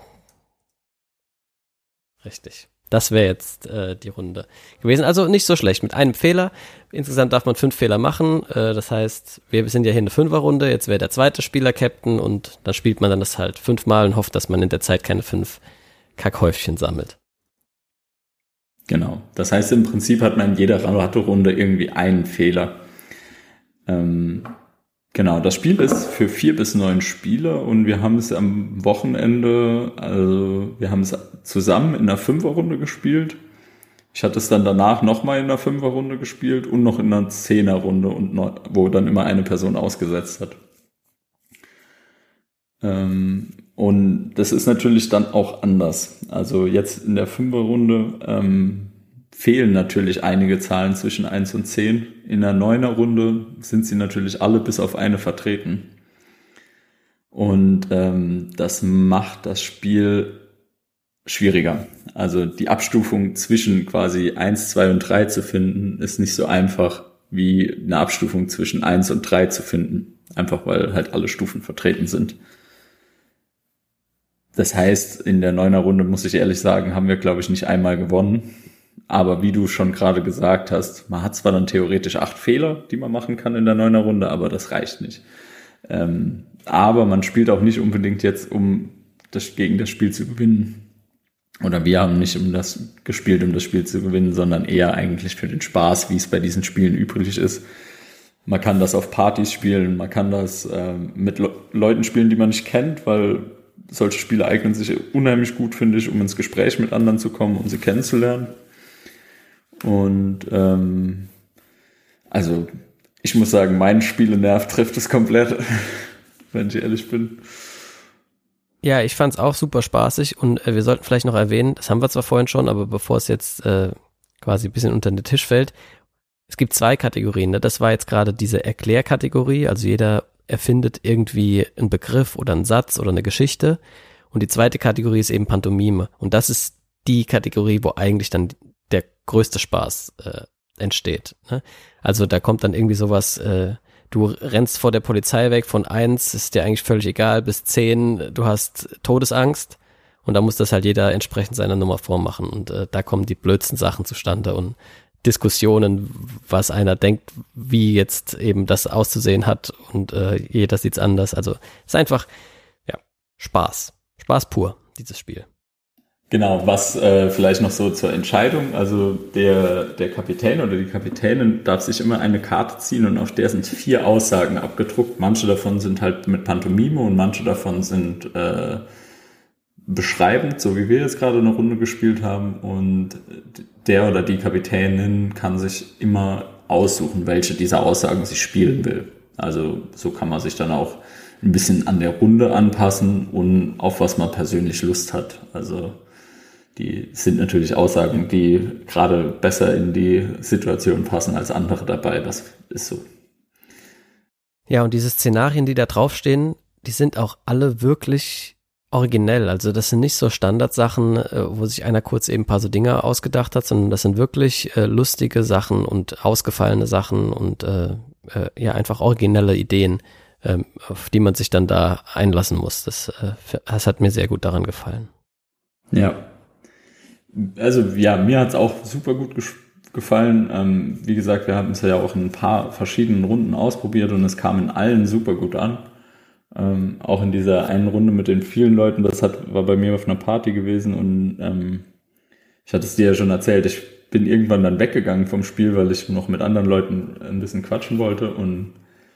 Richtig. Das wäre jetzt äh, die Runde gewesen. Also nicht so schlecht. Mit einem Fehler. Insgesamt darf man fünf Fehler machen. Äh, das heißt, wir sind ja hier eine Fünferrunde. Jetzt wäre der zweite Spieler Captain und dann spielt man dann das halt fünfmal und hofft, dass man in der Zeit keine fünf Kackhäufchen sammelt. Genau. Das heißt, im Prinzip hat man in jeder Runde irgendwie einen Fehler. Ähm, genau, das Spiel ist für vier bis neun Spieler und wir haben es am Wochenende, also wir haben es zusammen in einer Fünferrunde gespielt. Ich hatte es dann danach nochmal in einer Fünferrunde gespielt und noch in einer Zehnerrunde, und noch, wo dann immer eine Person ausgesetzt hat. Ähm, und das ist natürlich dann auch anders. Also jetzt in der Fünferrunde ähm, fehlen natürlich einige Zahlen zwischen eins und zehn. In der Neuner-Runde sind sie natürlich alle bis auf eine vertreten. Und ähm, das macht das Spiel schwieriger. Also die Abstufung zwischen quasi eins, zwei und drei zu finden, ist nicht so einfach wie eine Abstufung zwischen eins und drei zu finden. Einfach weil halt alle Stufen vertreten sind. Das heißt, in der Neuner-Runde, muss ich ehrlich sagen, haben wir, glaube ich, nicht einmal gewonnen. Aber wie du schon gerade gesagt hast, man hat zwar dann theoretisch acht Fehler, die man machen kann in der Neuner Runde, aber das reicht nicht. Ähm, aber man spielt auch nicht unbedingt jetzt, um das, gegen das Spiel zu gewinnen. Oder wir haben nicht um das gespielt, um das Spiel zu gewinnen, sondern eher eigentlich für den Spaß, wie es bei diesen Spielen üblich ist. Man kann das auf Partys spielen, man kann das ähm, mit Le- Leuten spielen, die man nicht kennt, weil solche Spiele eignen sich unheimlich gut, finde ich, um ins Gespräch mit anderen zu kommen, um sie kennenzulernen. Und ähm, also ich muss sagen, mein Spielenerv trifft es komplett, wenn ich ehrlich bin. Ja, ich fand's auch super spaßig und äh, wir sollten vielleicht noch erwähnen, das haben wir zwar vorhin schon, aber bevor es jetzt äh, quasi ein bisschen unter den Tisch fällt, es gibt zwei Kategorien, ne? Das war jetzt gerade diese Erklärkategorie, also jeder erfindet irgendwie einen Begriff oder einen Satz oder eine Geschichte, und die zweite Kategorie ist eben Pantomime, und das ist die Kategorie, wo eigentlich dann der größte Spaß äh, entsteht, ne? Also da kommt dann irgendwie sowas, äh, du rennst vor der Polizei weg, von eins ist dir eigentlich völlig egal, bis zehn, du hast Todesangst, und da muss das halt jeder entsprechend seiner Nummer vormachen, und äh, da kommen die blödsten Sachen zustande und Diskussionen, was einer denkt, wie jetzt eben das auszusehen hat, und äh, jeder sieht's anders. Also es ist einfach, ja, Spaß. Spaß pur, dieses Spiel. Genau, was äh, vielleicht noch so zur Entscheidung, also der, der Kapitän oder die Kapitänin darf sich immer eine Karte ziehen, und auf der sind vier Aussagen abgedruckt. Manche davon sind halt mit Pantomime und manche davon sind äh, beschreibend, so wie wir jetzt gerade eine Runde gespielt haben, und der oder die Kapitänin kann sich immer aussuchen, welche dieser Aussagen sie spielen will. Also so kann man sich dann auch ein bisschen an der Runde anpassen und auf was man persönlich Lust hat. Also die sind natürlich Aussagen, die gerade besser in die Situation passen als andere dabei. Das ist so. Ja, und diese Szenarien, die da draufstehen, die sind auch alle wirklich originell. Also das sind nicht so Standardsachen, wo sich einer kurz eben ein paar so Dinge ausgedacht hat, sondern das sind wirklich äh, lustige Sachen und ausgefallene Sachen und äh, äh, ja, einfach originelle Ideen, äh, auf die man sich dann da einlassen muss. Das, äh, das hat mir sehr gut daran gefallen. Ja. Also ja, mir hat es auch super gut ges- gefallen. Ähm, wie gesagt, wir haben es ja auch in ein paar verschiedenen Runden ausprobiert und es kam in allen super gut an. Ähm, auch in dieser einen Runde mit den vielen Leuten, das hat, war bei mir auf einer Party gewesen, und ähm, ich hatte es dir ja schon erzählt, ich bin irgendwann dann weggegangen vom Spiel, weil ich noch mit anderen Leuten ein bisschen quatschen wollte, und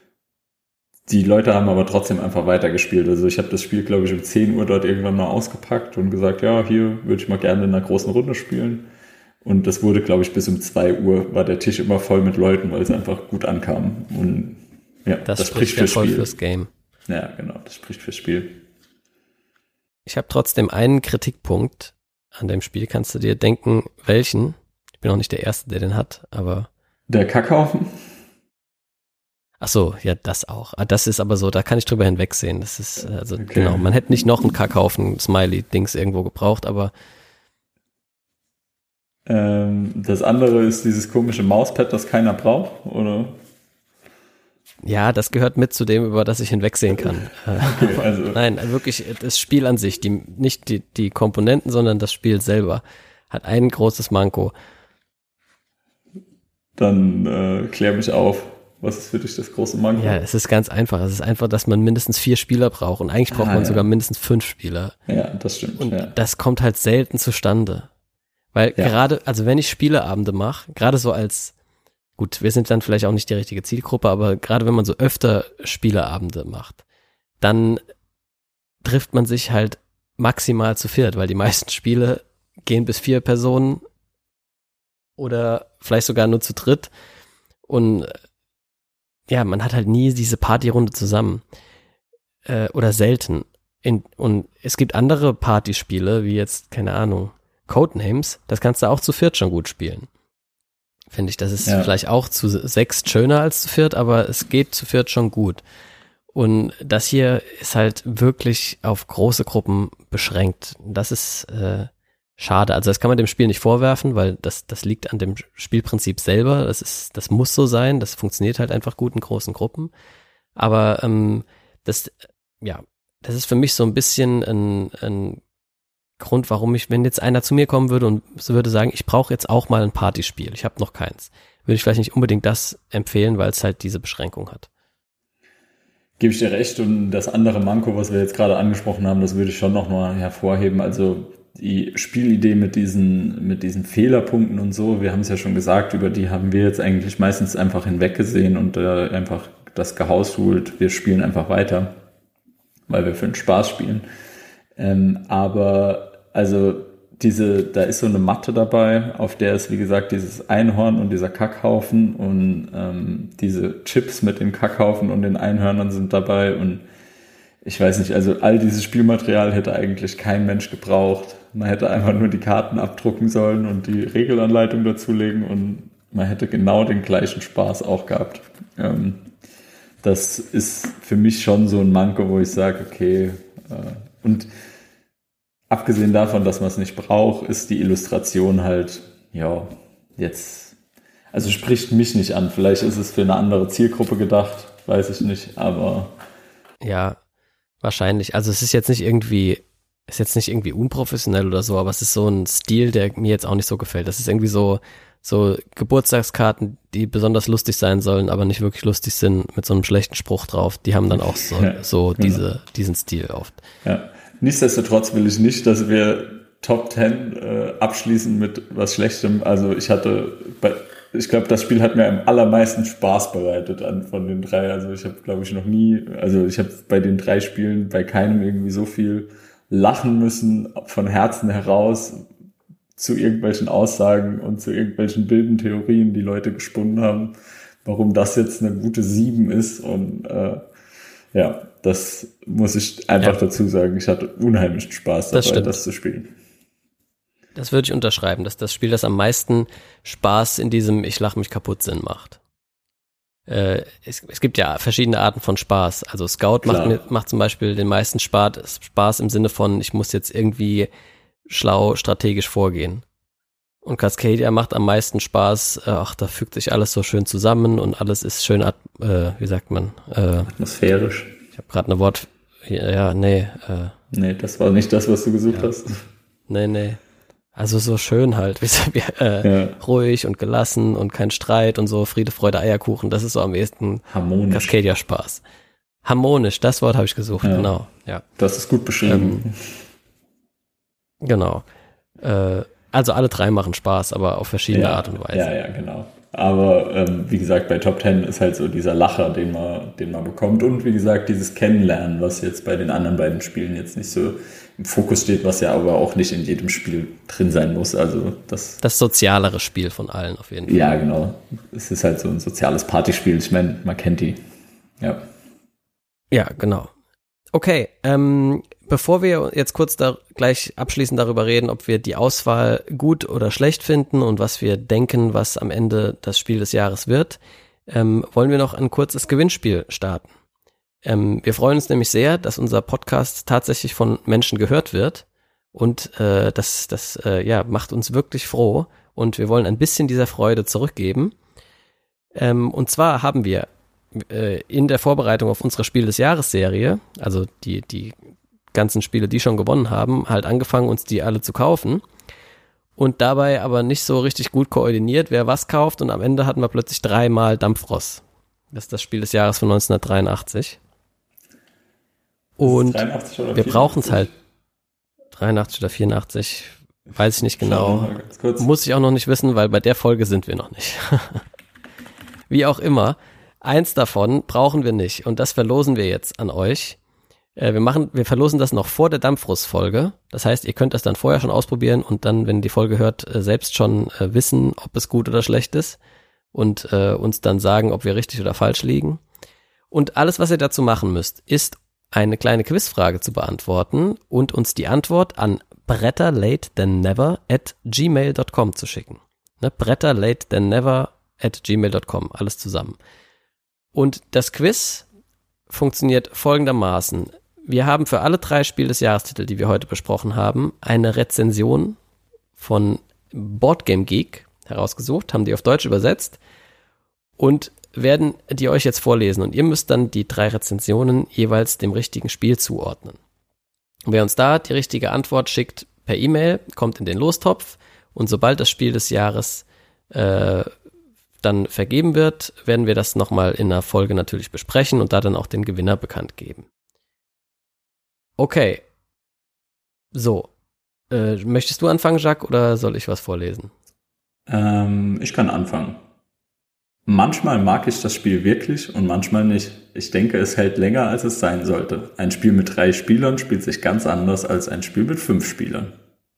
die Leute haben aber trotzdem einfach weitergespielt. Also ich habe das Spiel, glaube ich, um zehn Uhr dort irgendwann mal ausgepackt und gesagt, ja, hier würde ich mal gerne in einer großen Runde spielen. Und das wurde, glaube ich, bis um zwei Uhr war der Tisch immer voll mit Leuten, weil es einfach gut ankam. Und ja, das, das spricht spricht ja fürs voll Spiel. Fürs Game. Ja, genau, das spricht fürs Spiel. Ich habe trotzdem einen Kritikpunkt an dem Spiel. Kannst du dir denken, welchen? Ich bin auch nicht der Erste, der den hat, aber... Der Kackhaufen? Ach so, ja, das auch. Das ist aber so, da kann ich drüber hinwegsehen. Das ist, also okay. Genau, man hätte nicht noch einen Kackhaufen Smiley-Dings irgendwo gebraucht, aber... Ähm, das andere ist dieses komische Mauspad, das keiner braucht, oder? Ja, das gehört mit zu dem, über das ich hinwegsehen kann. Okay, also. Nein, wirklich das Spiel an sich, die, nicht die, die Komponenten, sondern das Spiel selber hat ein großes Manko. Dann äh, klär mich auf. Was ist für dich das große Manko? Ja, es ist ganz einfach. Es ist einfach, dass man mindestens vier Spieler braucht, und eigentlich braucht ah, man ja. sogar mindestens fünf Spieler. Ja, das stimmt. Und ja. das kommt halt selten zustande. Weil Ja. gerade, also wenn ich Spieleabende mache, gerade so als, gut, wir sind dann vielleicht auch nicht die richtige Zielgruppe, aber gerade wenn man so öfter Spieleabende macht, dann trifft man sich halt maximal zu viert, weil die meisten Spiele gehen bis vier Personen oder vielleicht sogar nur zu dritt, und ja, man hat halt nie diese Partyrunde zusammen äh, oder selten. In, und es gibt andere Partyspiele, wie jetzt, keine Ahnung, Codenames, das kannst du auch zu viert schon gut spielen. Finde ich, das ist Ja. vielleicht auch zu sechst schöner als zu viert, aber es geht zu viert schon gut. Und das hier ist halt wirklich auf große Gruppen beschränkt. Das ist äh, schade. Also das kann man dem Spiel nicht vorwerfen, weil das, das liegt an dem Spielprinzip selber. Das ist, das muss so sein. Das funktioniert halt einfach gut in großen Gruppen. Aber ähm, das, ja, das ist für mich so ein bisschen ein, ein Grund, warum ich, wenn jetzt einer zu mir kommen würde und so würde sagen, ich brauche jetzt auch mal ein Partyspiel, ich habe noch keins, würde ich vielleicht nicht unbedingt das empfehlen, weil es halt diese Beschränkung hat. Gebe ich dir recht, und das andere Manko, was wir jetzt gerade angesprochen haben, das würde ich schon nochmal hervorheben. Also die Spielidee mit diesen, mit diesen Fehlerpunkten und so, wir haben es ja schon gesagt, über die haben wir jetzt eigentlich meistens einfach hinweggesehen und äh, einfach das gehausholt. Wir spielen einfach weiter, weil wir für den Spaß spielen. Ähm, aber also diese, da ist so eine Matte dabei, auf der ist wie gesagt dieses Einhorn und dieser Kackhaufen und ähm, diese Chips mit dem Kackhaufen und den Einhörnern sind dabei und ich weiß nicht, also all dieses Spielmaterial hätte eigentlich kein Mensch gebraucht. Man hätte einfach nur die Karten abdrucken sollen und die Regelanleitung dazulegen und man hätte genau den gleichen Spaß auch gehabt. Ähm, das ist für mich schon so ein Manko, wo ich sage, okay, äh, und abgesehen davon, dass man es nicht braucht, ist die Illustration halt, ja, jetzt, also spricht mich nicht an. Vielleicht ist es für eine andere Zielgruppe gedacht, weiß ich nicht, aber ja, wahrscheinlich. Also es ist jetzt nicht irgendwie, ist jetzt nicht irgendwie unprofessionell oder so, aber es ist so ein Stil, der mir jetzt auch nicht so gefällt. Das ist irgendwie so, so Geburtstagskarten, die besonders lustig sein sollen, aber nicht wirklich lustig sind, mit so einem schlechten Spruch drauf. Die haben dann auch so, ja, so genau. diese, diesen Stil oft. Ja. Nichtsdestotrotz will ich nicht, dass wir Top Ten äh, abschließen mit was Schlechtem. Also ich hatte, bei, ich glaube, das Spiel hat mir am allermeisten Spaß bereitet an, von den drei. Also ich habe, glaube ich, noch nie, also ich habe bei den drei Spielen bei keinem irgendwie so viel lachen müssen, von Herzen heraus, zu irgendwelchen Aussagen und zu irgendwelchen wilden Theorien, die Leute gesponnen haben, warum das jetzt eine gute sieben ist. Und äh, ja, das muss ich einfach ja. dazu sagen. Ich hatte unheimlichen Spaß dabei, das, das zu spielen. Das würde ich unterschreiben, dass das Spiel, das am meisten Spaß in diesem Ich lach mich kaputt Sinn macht. Äh, es, es gibt ja verschiedene Arten von Spaß. Also Scout macht, mir, macht zum Beispiel den meisten Spaß, Spaß im Sinne von, ich muss jetzt irgendwie schlau strategisch vorgehen. Und Cascadia macht am meisten Spaß, äh, ach, da fügt sich alles so schön zusammen und alles ist schön, äh, wie sagt man? Äh, Atmosphärisch. Ich habe gerade eine Wort, ja, nee. Äh, nee, das war nicht das, was du gesucht ja. hast. Nee, nee. Also so schön halt, wie äh, ja. ruhig und gelassen und kein Streit und so, Friede, Freude, Eierkuchen, das ist so am ehesten Cascadia-Spaß. Harmonisch, das Wort habe ich gesucht, ja. genau. Ja. Das ist gut beschrieben. Ähm, genau. Äh, also alle drei machen Spaß, aber auf verschiedene ja, Art und Weise. Ja, ja, genau. Aber ähm, wie gesagt, bei Top Ten ist halt so dieser Lacher, den man, den man bekommt. Und wie gesagt, dieses Kennenlernen, was jetzt bei den anderen beiden Spielen jetzt nicht so im Fokus steht, was ja aber auch nicht in jedem Spiel drin sein muss. Also das, das sozialere Spiel von allen auf jeden Fall. Ja, genau. Es ist halt so ein soziales Partyspiel. Ich meine, man kennt die. Ja. Ja, genau. Okay, ähm, bevor wir jetzt kurz da gleich abschließend darüber reden, ob wir die Auswahl gut oder schlecht finden und was wir denken, was am Ende das Spiel des Jahres wird, ähm, wollen wir noch ein kurzes Gewinnspiel starten. Ähm, wir freuen uns nämlich sehr, dass unser Podcast tatsächlich von Menschen gehört wird und äh, das, das äh, ja, macht uns wirklich froh und wir wollen ein bisschen dieser Freude zurückgeben. Ähm, und zwar haben wir in der Vorbereitung auf unsere Spiel des Jahres Serie, also die, die ganzen Spiele, die schon gewonnen haben, halt angefangen, uns die alle zu kaufen und dabei aber nicht so richtig gut koordiniert, wer was kauft und am Ende hatten wir plötzlich dreimal Dampfross. Das ist das Spiel des Jahres von neunzehnhundertdreiundachtzig. Und wir brauchen es halt dreiundachtzig oder vierundachtzig, weiß ich nicht genau. Muss ich auch noch nicht wissen, weil bei der Folge sind wir noch nicht. Wie auch immer. Eins davon brauchen wir nicht und das verlosen wir jetzt an euch. Äh, wir machen, wir verlosen das noch vor der Dampfruss-Folge. Das heißt, ihr könnt das dann vorher schon ausprobieren und dann, wenn ihr die Folge hört, äh, selbst schon äh, wissen, ob es gut oder schlecht ist und äh, uns dann sagen, ob wir richtig oder falsch liegen. Und alles, was ihr dazu machen müsst, ist eine kleine Quizfrage zu beantworten und uns die Antwort an betterlatethannever at gmail dot com zu schicken. Ne? betterlatethannever at gmail dot com, alles zusammen. Und das Quiz funktioniert folgendermaßen. Wir haben für alle drei Spiel des Jahrestitel, die wir heute besprochen haben, eine Rezension von Boardgame Geek herausgesucht, haben die auf Deutsch übersetzt und werden die euch jetzt vorlesen. Und ihr müsst dann die drei Rezensionen jeweils dem richtigen Spiel zuordnen. Wer uns da die richtige Antwort schickt per E-Mail, kommt in den Lostopf und sobald das Spiel des Jahres äh, dann vergeben wird, werden wir das nochmal in einer Folge natürlich besprechen und da dann auch den Gewinner bekannt geben. Okay. So. Äh, möchtest du anfangen, Jacques, oder soll ich was vorlesen? Ähm, ich kann anfangen. Manchmal mag ich das Spiel wirklich und manchmal nicht. Ich denke, es hält länger, als es sein sollte. Ein Spiel mit drei Spielern spielt sich ganz anders als ein Spiel mit fünf Spielern.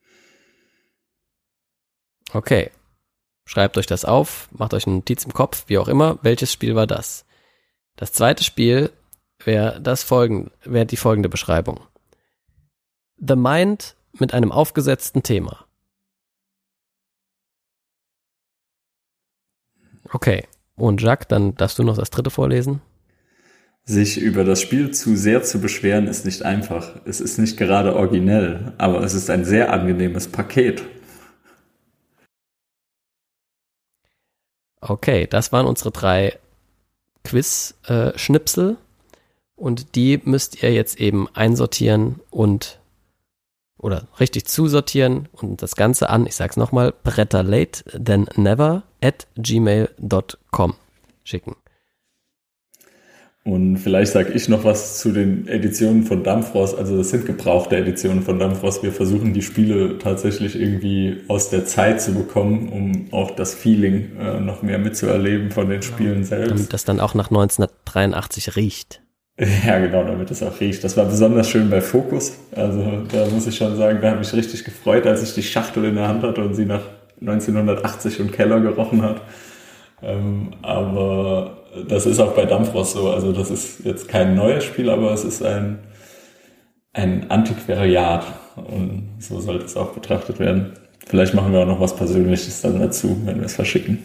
Okay. Schreibt euch das auf, macht euch eine Notiz im Kopf, wie auch immer. Welches Spiel war das? Das zweite Spiel wäre das folgende, wäre die folgende Beschreibung. The Mind mit einem aufgesetzten Thema. Okay. Und Jacques, dann darfst du noch das dritte vorlesen. Sich über das Spiel zu sehr zu beschweren ist nicht einfach. Es ist nicht gerade originell, aber es ist ein sehr angenehmes Paket. Okay, das waren unsere drei Quiz-Schnipsel und die müsst ihr jetzt eben einsortieren und oder richtig zusortieren und das Ganze an, ich sag's nochmal, better late than never at gmail dot com schicken. Und vielleicht sage ich noch was zu den Editionen von Dampfrost. Also das sind gebrauchte Editionen von Dampfrost. Wir versuchen die Spiele tatsächlich irgendwie aus der Zeit zu bekommen, um auch das Feeling äh, noch mehr mitzuerleben von den Spielen selbst. Damit das dann auch nach neunzehnhundertdreiundachtzig riecht. Ja, genau, damit es auch riecht. Das war besonders schön bei Focus. Also da muss ich schon sagen, da habe ich richtig gefreut, als ich die Schachtel in der Hand hatte und sie nach neunzehnhundertachtzig und Keller gerochen hat. Ähm, aber das ist auch bei Dampfrost so. Also das ist jetzt kein neues Spiel, aber es ist ein, ein Antiquariat. Und so sollte es auch betrachtet werden. Vielleicht machen wir auch noch was Persönliches dann dazu, wenn wir es verschicken.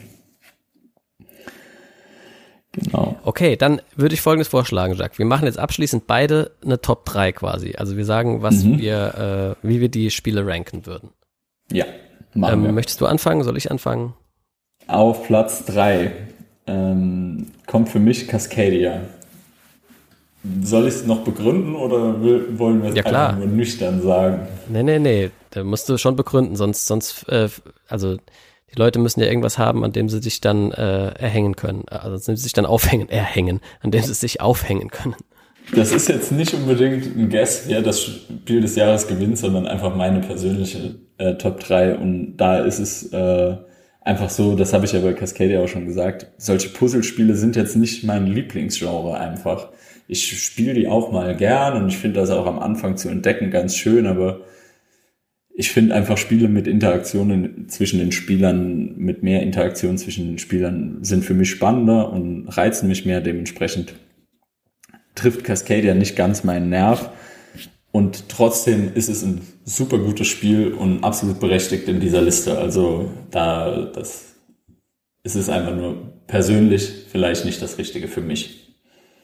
Genau. Okay, dann würde ich Folgendes vorschlagen, Jacques. Wir machen jetzt abschließend beide eine Top drei quasi. Also wir sagen, was mhm. wir, äh, wie wir die Spiele ranken würden. Ja, machen ähm, wir. Möchtest du anfangen? Soll ich anfangen? Auf Platz drei ähm, kommt für mich Cascadia. Soll ich es noch begründen oder will, wollen wir es ja, einfach nur nüchtern sagen? Nee, nee, nee. Da musst du schon begründen, sonst, sonst, äh, also die Leute müssen ja irgendwas haben, an dem sie sich dann äh, erhängen können. Also sie sich dann aufhängen, erhängen, an dem sie sich aufhängen können. Das ist jetzt nicht unbedingt ein Guess, wer das Spiel des Jahres gewinnt, sondern einfach meine persönliche äh, Top drei. Und da ist es äh, einfach so, das habe ich ja bei Cascadia auch schon gesagt, solche Puzzlespiele sind jetzt nicht mein Lieblingsgenre einfach. Ich spiele die auch mal gern und ich finde das auch am Anfang zu entdecken ganz schön, aber ich finde einfach Spiele mit Interaktionen zwischen den Spielern, mit mehr Interaktion zwischen den Spielern sind für mich spannender und reizen mich mehr. Dementsprechend trifft Cascadia nicht ganz meinen Nerv und trotzdem ist es ein super gutes Spiel und absolut berechtigt in dieser Liste. Also da das ist es einfach nur persönlich vielleicht nicht das Richtige für mich.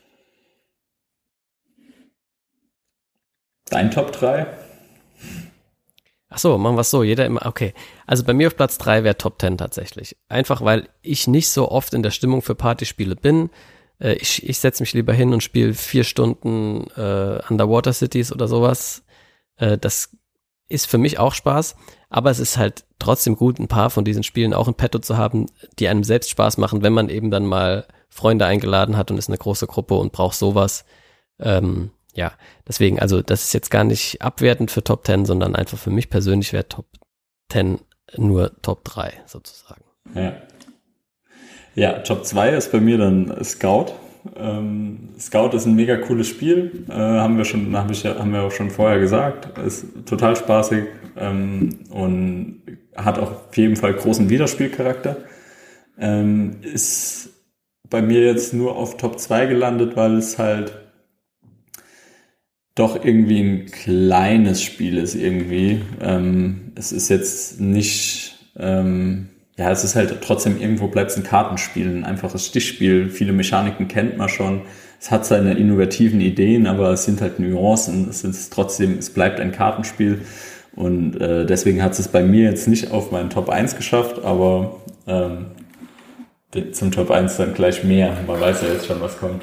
Dein Top drei? Ach so, machen wir es so, jeder immer, okay. Also bei mir auf Platz drei wäre Top zehn tatsächlich. Einfach, weil ich nicht so oft in der Stimmung für Partyspiele bin. Äh, ich ich setze mich lieber hin und spiele vier Stunden äh, Underwater Cities oder sowas. Äh, das ist für mich auch Spaß, aber es ist halt trotzdem gut, ein paar von diesen Spielen auch in petto zu haben, die einem selbst Spaß machen, wenn man eben dann mal Freunde eingeladen hat und ist eine große Gruppe und braucht sowas. Ähm, Ja, deswegen, also das ist jetzt gar nicht abwertend für Top zehn, sondern einfach für mich persönlich wäre Top zehn nur Top drei sozusagen. Ja, ja Top zwei ist bei mir dann Scout. Ähm, Scout ist ein mega cooles Spiel, äh, haben wir schon, hab ich, haben wir auch schon vorher gesagt, ist total spaßig ähm, und hat auch auf jeden Fall großen Wiederspielcharakter. Ähm, ist bei mir jetzt nur auf Top zwei gelandet, weil es halt doch irgendwie ein kleines Spiel ist irgendwie. Ähm, es ist jetzt nicht, ähm, ja, es ist halt trotzdem irgendwo bleibt es ein Kartenspiel, ein einfaches Stichspiel. Viele Mechaniken kennt man schon. Es hat seine innovativen Ideen, aber es sind halt Nuancen. Es ist trotzdem, es bleibt ein Kartenspiel. Und äh, deswegen hat es bei mir jetzt nicht auf meinen Top eins geschafft, aber ähm, zum Top eins dann gleich mehr. Man weiß ja jetzt schon, was kommt.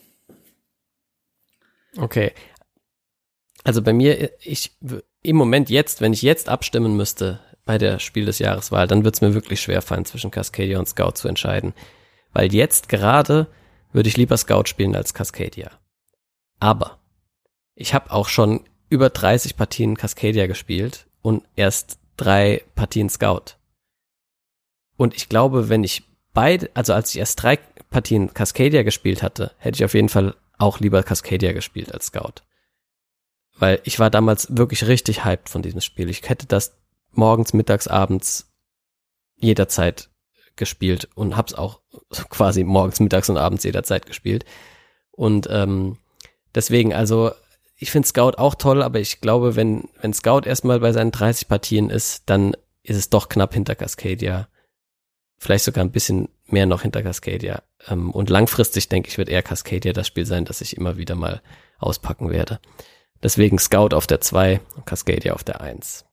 Okay. Also bei mir, ich im Moment jetzt, wenn ich jetzt abstimmen müsste bei der Spiel des Jahreswahl, dann wird es mir wirklich schwer fallen, zwischen Cascadia und Scout zu entscheiden. Weil jetzt gerade würde ich lieber Scout spielen als Cascadia. Aber ich habe auch schon über dreißig Partien Cascadia gespielt und erst drei Partien Scout. Und ich glaube, wenn ich beide, also als ich erst drei Partien Cascadia gespielt hatte, hätte ich auf jeden Fall auch lieber Cascadia gespielt als Scout. Weil ich war damals wirklich richtig hyped von diesem Spiel. Ich hätte das morgens, mittags, abends jederzeit gespielt und hab's auch quasi morgens, mittags und abends jederzeit gespielt. Und ähm, deswegen, also ich finde Scout auch toll, aber ich glaube, wenn wenn Scout erstmal bei seinen dreißig Partien ist, dann ist es doch knapp hinter Cascadia. Vielleicht sogar ein bisschen mehr noch hinter Cascadia. Ähm, und langfristig, denke ich, wird eher Cascadia das Spiel sein, das ich immer wieder mal auspacken werde. Deswegen Scout auf der zwei und Cascadia auf der eins.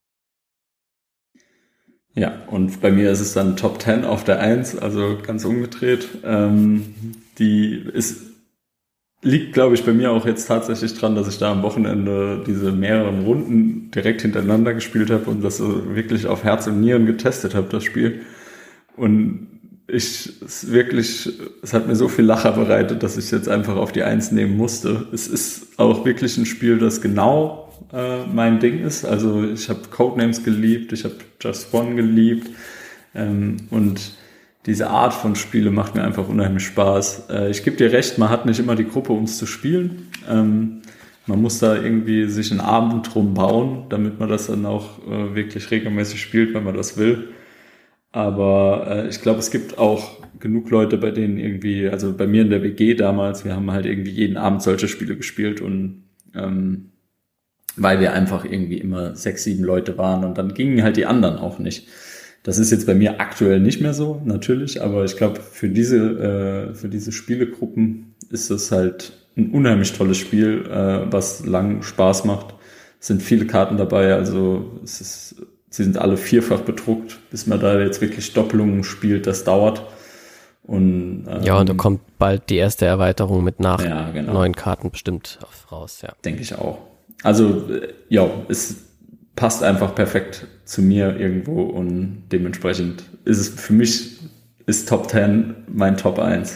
Ja, und bei mir ist es dann Top zehn auf der eins, also ganz umgedreht. Ähm, die ist, liegt, glaube ich, bei mir auch jetzt tatsächlich dran, dass ich da am Wochenende diese mehreren Runden direkt hintereinander gespielt habe und das so wirklich auf Herz und Nieren getestet habe, das Spiel. Und ich, es wirklich, es hat mir so viel Lacher bereitet, dass ich jetzt einfach auf die Eins nehmen musste. Es ist auch wirklich ein Spiel, das genau äh, mein Ding ist. Also ich habe Codenames geliebt, ich habe Just One geliebt ähm, und diese Art von Spiele macht mir einfach unheimlich Spaß. Äh, ich gebe dir recht, man hat nicht immer die Gruppe, um es zu spielen. Ähm, man muss da irgendwie sich einen Abend drum bauen, damit man das dann auch äh, wirklich regelmäßig spielt, wenn man das will. Aber äh, ich glaube, es gibt auch genug Leute, bei denen irgendwie, also bei mir in der W G damals, wir haben halt irgendwie jeden Abend solche Spiele gespielt und ähm, weil wir einfach irgendwie immer sechs, sieben Leute waren und dann gingen halt die anderen auch nicht. Das ist jetzt bei mir aktuell nicht mehr so, natürlich, aber ich glaube, für diese äh, für diese Spielegruppen ist es halt ein unheimlich tolles Spiel, äh, was lang Spaß macht. Es sind viele Karten dabei, also es ist Sie sind alle vierfach bedruckt, bis man da jetzt wirklich Doppelungen spielt, das dauert. Und, ähm, ja, und da kommt bald die erste Erweiterung mit nach ja, genau. neuen Karten bestimmt raus, ja. Denke ich auch. Also, ja, es passt einfach perfekt zu mir irgendwo und dementsprechend ist es für mich, ist Top zehn mein Top eins.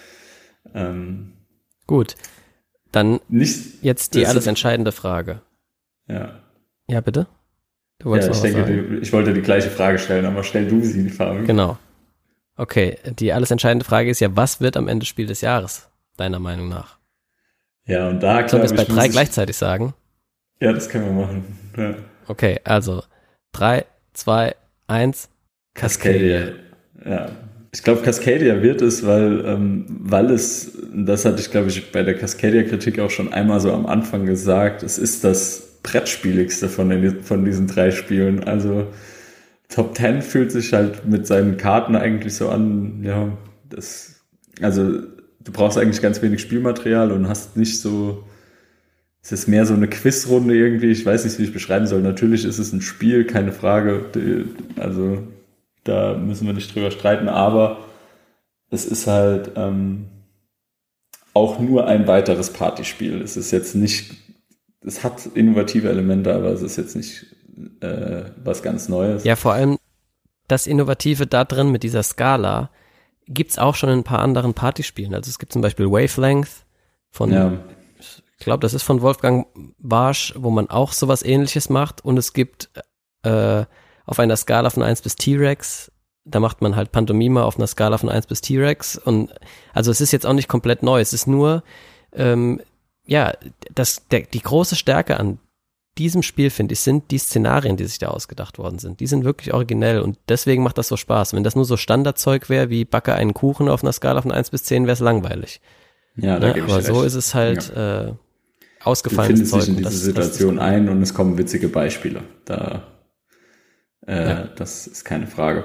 Ähm, Gut, dann nicht, jetzt die alles entscheidende Frage. Ja. Ja, bitte? Ja, ich denke, die, ich wollte die gleiche Frage stellen, aber stell du sie, die Frage. Genau. Okay, die alles entscheidende Frage ist ja, was wird am Ende Spiel des Jahres, deiner Meinung nach? Ja, und da Sollen wir es bei drei gleichzeitig sagen? Ja, das können wir machen. Ja. Okay, also drei, zwei, eins, Cascadia. Ja, ich glaube, Cascadia wird es, weil, ähm, weil es, das hatte ich, glaube ich, bei der Cascadia-Kritik auch schon einmal so am Anfang gesagt, es ist das brettspieligste von, den, von diesen drei Spielen. Also Top zehn fühlt sich halt mit seinen Karten eigentlich so an, ja, das, also du brauchst eigentlich ganz wenig Spielmaterial und hast nicht so, es ist mehr so eine Quizrunde irgendwie, ich weiß nicht, wie ich beschreiben soll. Natürlich ist es ein Spiel, keine Frage, also da müssen wir nicht drüber streiten, aber es ist halt ähm, auch nur ein weiteres Partyspiel. Es ist jetzt nicht, es hat innovative Elemente, aber es ist jetzt nicht äh, was ganz Neues. Ja, vor allem das Innovative da drin mit dieser Skala gibt's auch schon in ein paar anderen Partyspielen. Also es gibt zum Beispiel Wavelength von, ja. ich glaube, das ist von Wolfgang Warsch, wo man auch sowas Ähnliches macht. Und es gibt äh, auf einer Skala von eins bis T-Rex, da macht man halt Pantomime auf einer Skala von eins bis T-Rex. Und also es ist jetzt auch nicht komplett neu. Es ist nur, ähm, ja, das, der, die große Stärke an diesem Spiel, finde ich, sind die Szenarien, die sich da ausgedacht worden sind. Die sind wirklich originell und deswegen macht das so Spaß. Wenn das nur so Standardzeug wäre, wie backe einen Kuchen auf einer Skala von eins bis zehn, wäre es langweilig. Ja, da ne? gebe ich Aber dir so recht. ist es halt ja. äh, ausgefallenes Zeug. Du findest dich in diese das, Situation das ein und es kommen witzige Beispiele. Da, äh, ja. Das ist keine Frage.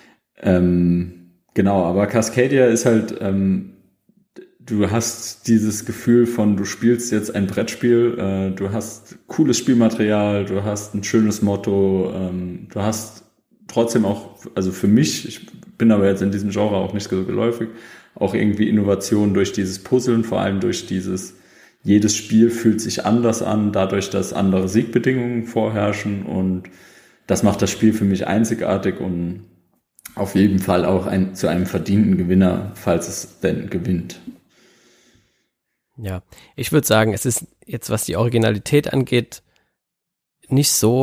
Ähm, genau, aber Cascadia ist halt, ähm, du hast dieses Gefühl von, du spielst jetzt ein Brettspiel, äh, du hast cooles Spielmaterial, du hast ein schönes Motto, ähm, du hast trotzdem auch, also für mich, ich bin aber jetzt in diesem Genre auch nicht so geläufig, auch irgendwie Innovation durch dieses Puzzeln, vor allem durch dieses, jedes Spiel fühlt sich anders an, dadurch, dass andere Siegbedingungen vorherrschen und das macht das Spiel für mich einzigartig und auf jeden Fall auch ein, zu einem verdienten Gewinner, falls es denn gewinnt. Ja, ich würde sagen, es ist jetzt, was die Originalität angeht, nicht so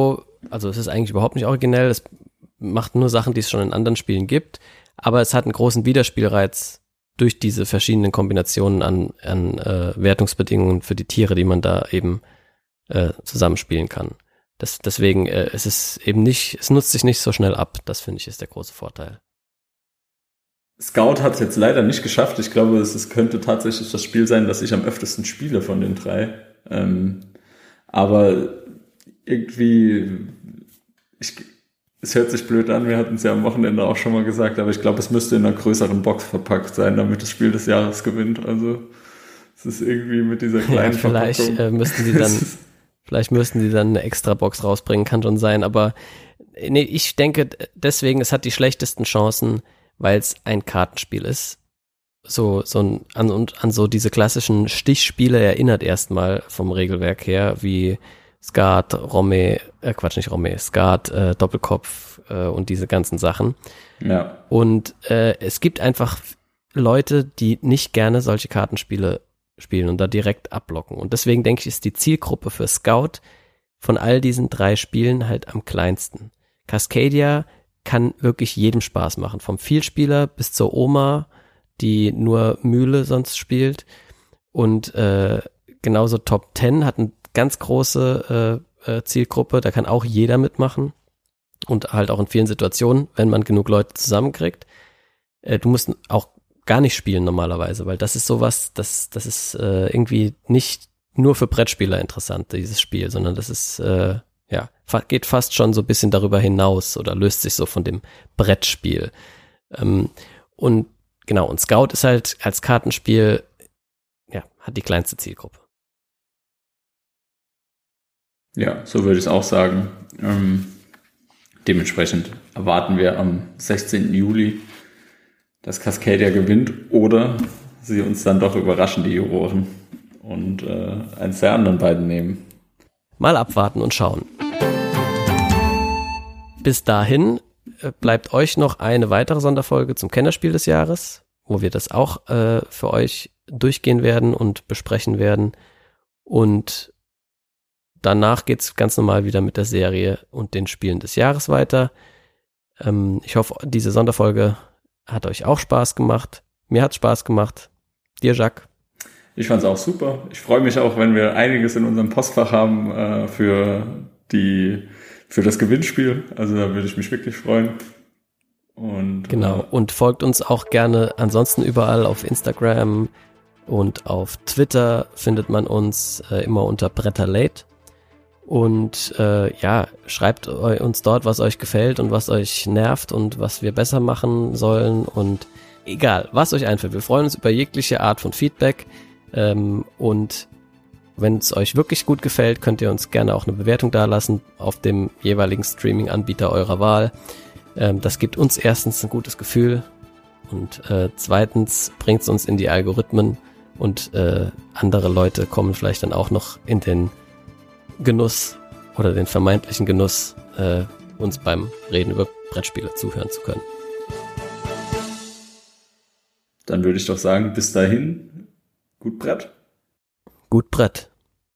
also es ist eigentlich überhaupt nicht originell, es macht nur Sachen, die es schon in anderen Spielen gibt, aber es hat einen großen Wiederspielreiz durch diese verschiedenen Kombinationen an, an äh, Wertungsbedingungen für die Tiere, die man da eben äh, zusammenspielen kann. Das, deswegen, äh, es ist eben nicht, es nutzt sich nicht so schnell ab, das finde ich ist der große Vorteil. Scout hat es jetzt leider nicht geschafft. Ich glaube, es, es könnte tatsächlich das Spiel sein, das ich am öftesten spiele von den drei. Ähm, aber irgendwie, ich, es hört sich blöd an, wir hatten es ja am Wochenende auch schon mal gesagt, aber ich glaube, es müsste in einer größeren Box verpackt sein, damit das Spiel des Jahres gewinnt. Also es ist irgendwie mit dieser kleinen ja, vielleicht, Verpackung. Äh, müssten sie dann, vielleicht müssten sie dann eine extra Box rausbringen, kann schon sein. Aber nee, ich denke deswegen, es hat die schlechtesten Chancen, weil es ein Kartenspiel ist. So, so ein, an, und an so diese klassischen Stichspiele erinnert erstmal vom Regelwerk her, wie Skat, Romme, äh Quatsch, nicht Romme, Skat, äh, Doppelkopf äh, und diese ganzen Sachen. Ja. Und äh, es gibt einfach Leute, die nicht gerne solche Kartenspiele spielen und da direkt abblocken. Und deswegen denke ich, ist die Zielgruppe für Scout von all diesen drei Spielen halt am kleinsten. Cascadia kann wirklich jedem Spaß machen, vom Vielspieler bis zur Oma, die nur Mühle sonst spielt. Und äh, genauso Top Ten hat eine ganz große äh, äh, Zielgruppe, da kann auch jeder mitmachen und halt auch in vielen Situationen, wenn man genug Leute zusammenkriegt. Äh, du musst auch gar nicht spielen normalerweise, weil das ist sowas, das, das ist äh, irgendwie nicht nur für Brettspieler interessant, dieses Spiel, sondern das ist, äh, ja, geht fast schon so ein bisschen darüber hinaus oder löst sich so von dem Brettspiel. Ähm, und genau, und Scout ist halt als Kartenspiel, ja, hat die kleinste Zielgruppe. Ja, so würde ich es auch sagen. Ähm, dementsprechend erwarten wir am sechzehnten Juli, dass Cascadia gewinnt oder sie uns dann doch überraschen, die Juroren, und äh, eins der anderen beiden nehmen. Mal abwarten und schauen. Bis dahin äh, bleibt euch noch eine weitere Sonderfolge zum Kennerspiel des Jahres, wo wir das auch äh, für euch durchgehen werden und besprechen werden. Und danach geht's ganz normal wieder mit der Serie und den Spielen des Jahres weiter. Ähm, ich hoffe, diese Sonderfolge hat euch auch Spaß gemacht. Mir hat's Spaß gemacht. Dir, Jacques? Ich fand's auch super. Ich freue mich auch, wenn wir einiges in unserem Postfach haben äh, für die für das Gewinnspiel. Also da würde ich mich wirklich freuen. Und genau. Äh, und folgt uns auch gerne ansonsten überall auf Instagram und auf Twitter findet man uns äh, immer unter Bretterlate. Und äh, ja, schreibt uns dort, was euch gefällt und was euch nervt und was wir besser machen sollen und egal, was euch einfällt. Wir freuen uns über jegliche Art von Feedback ähm, und wenn es euch wirklich gut gefällt, könnt ihr uns gerne auch eine Bewertung dalassen auf dem jeweiligen Streaming-Anbieter eurer Wahl. Ähm, das gibt uns erstens ein gutes Gefühl und äh, zweitens bringt es uns in die Algorithmen und äh, andere Leute kommen vielleicht dann auch noch in den Genuss oder den vermeintlichen Genuss, äh, uns beim Reden über Brettspiele zuhören zu können. Dann würde ich doch sagen, bis dahin, gut Brett. Gut Brett.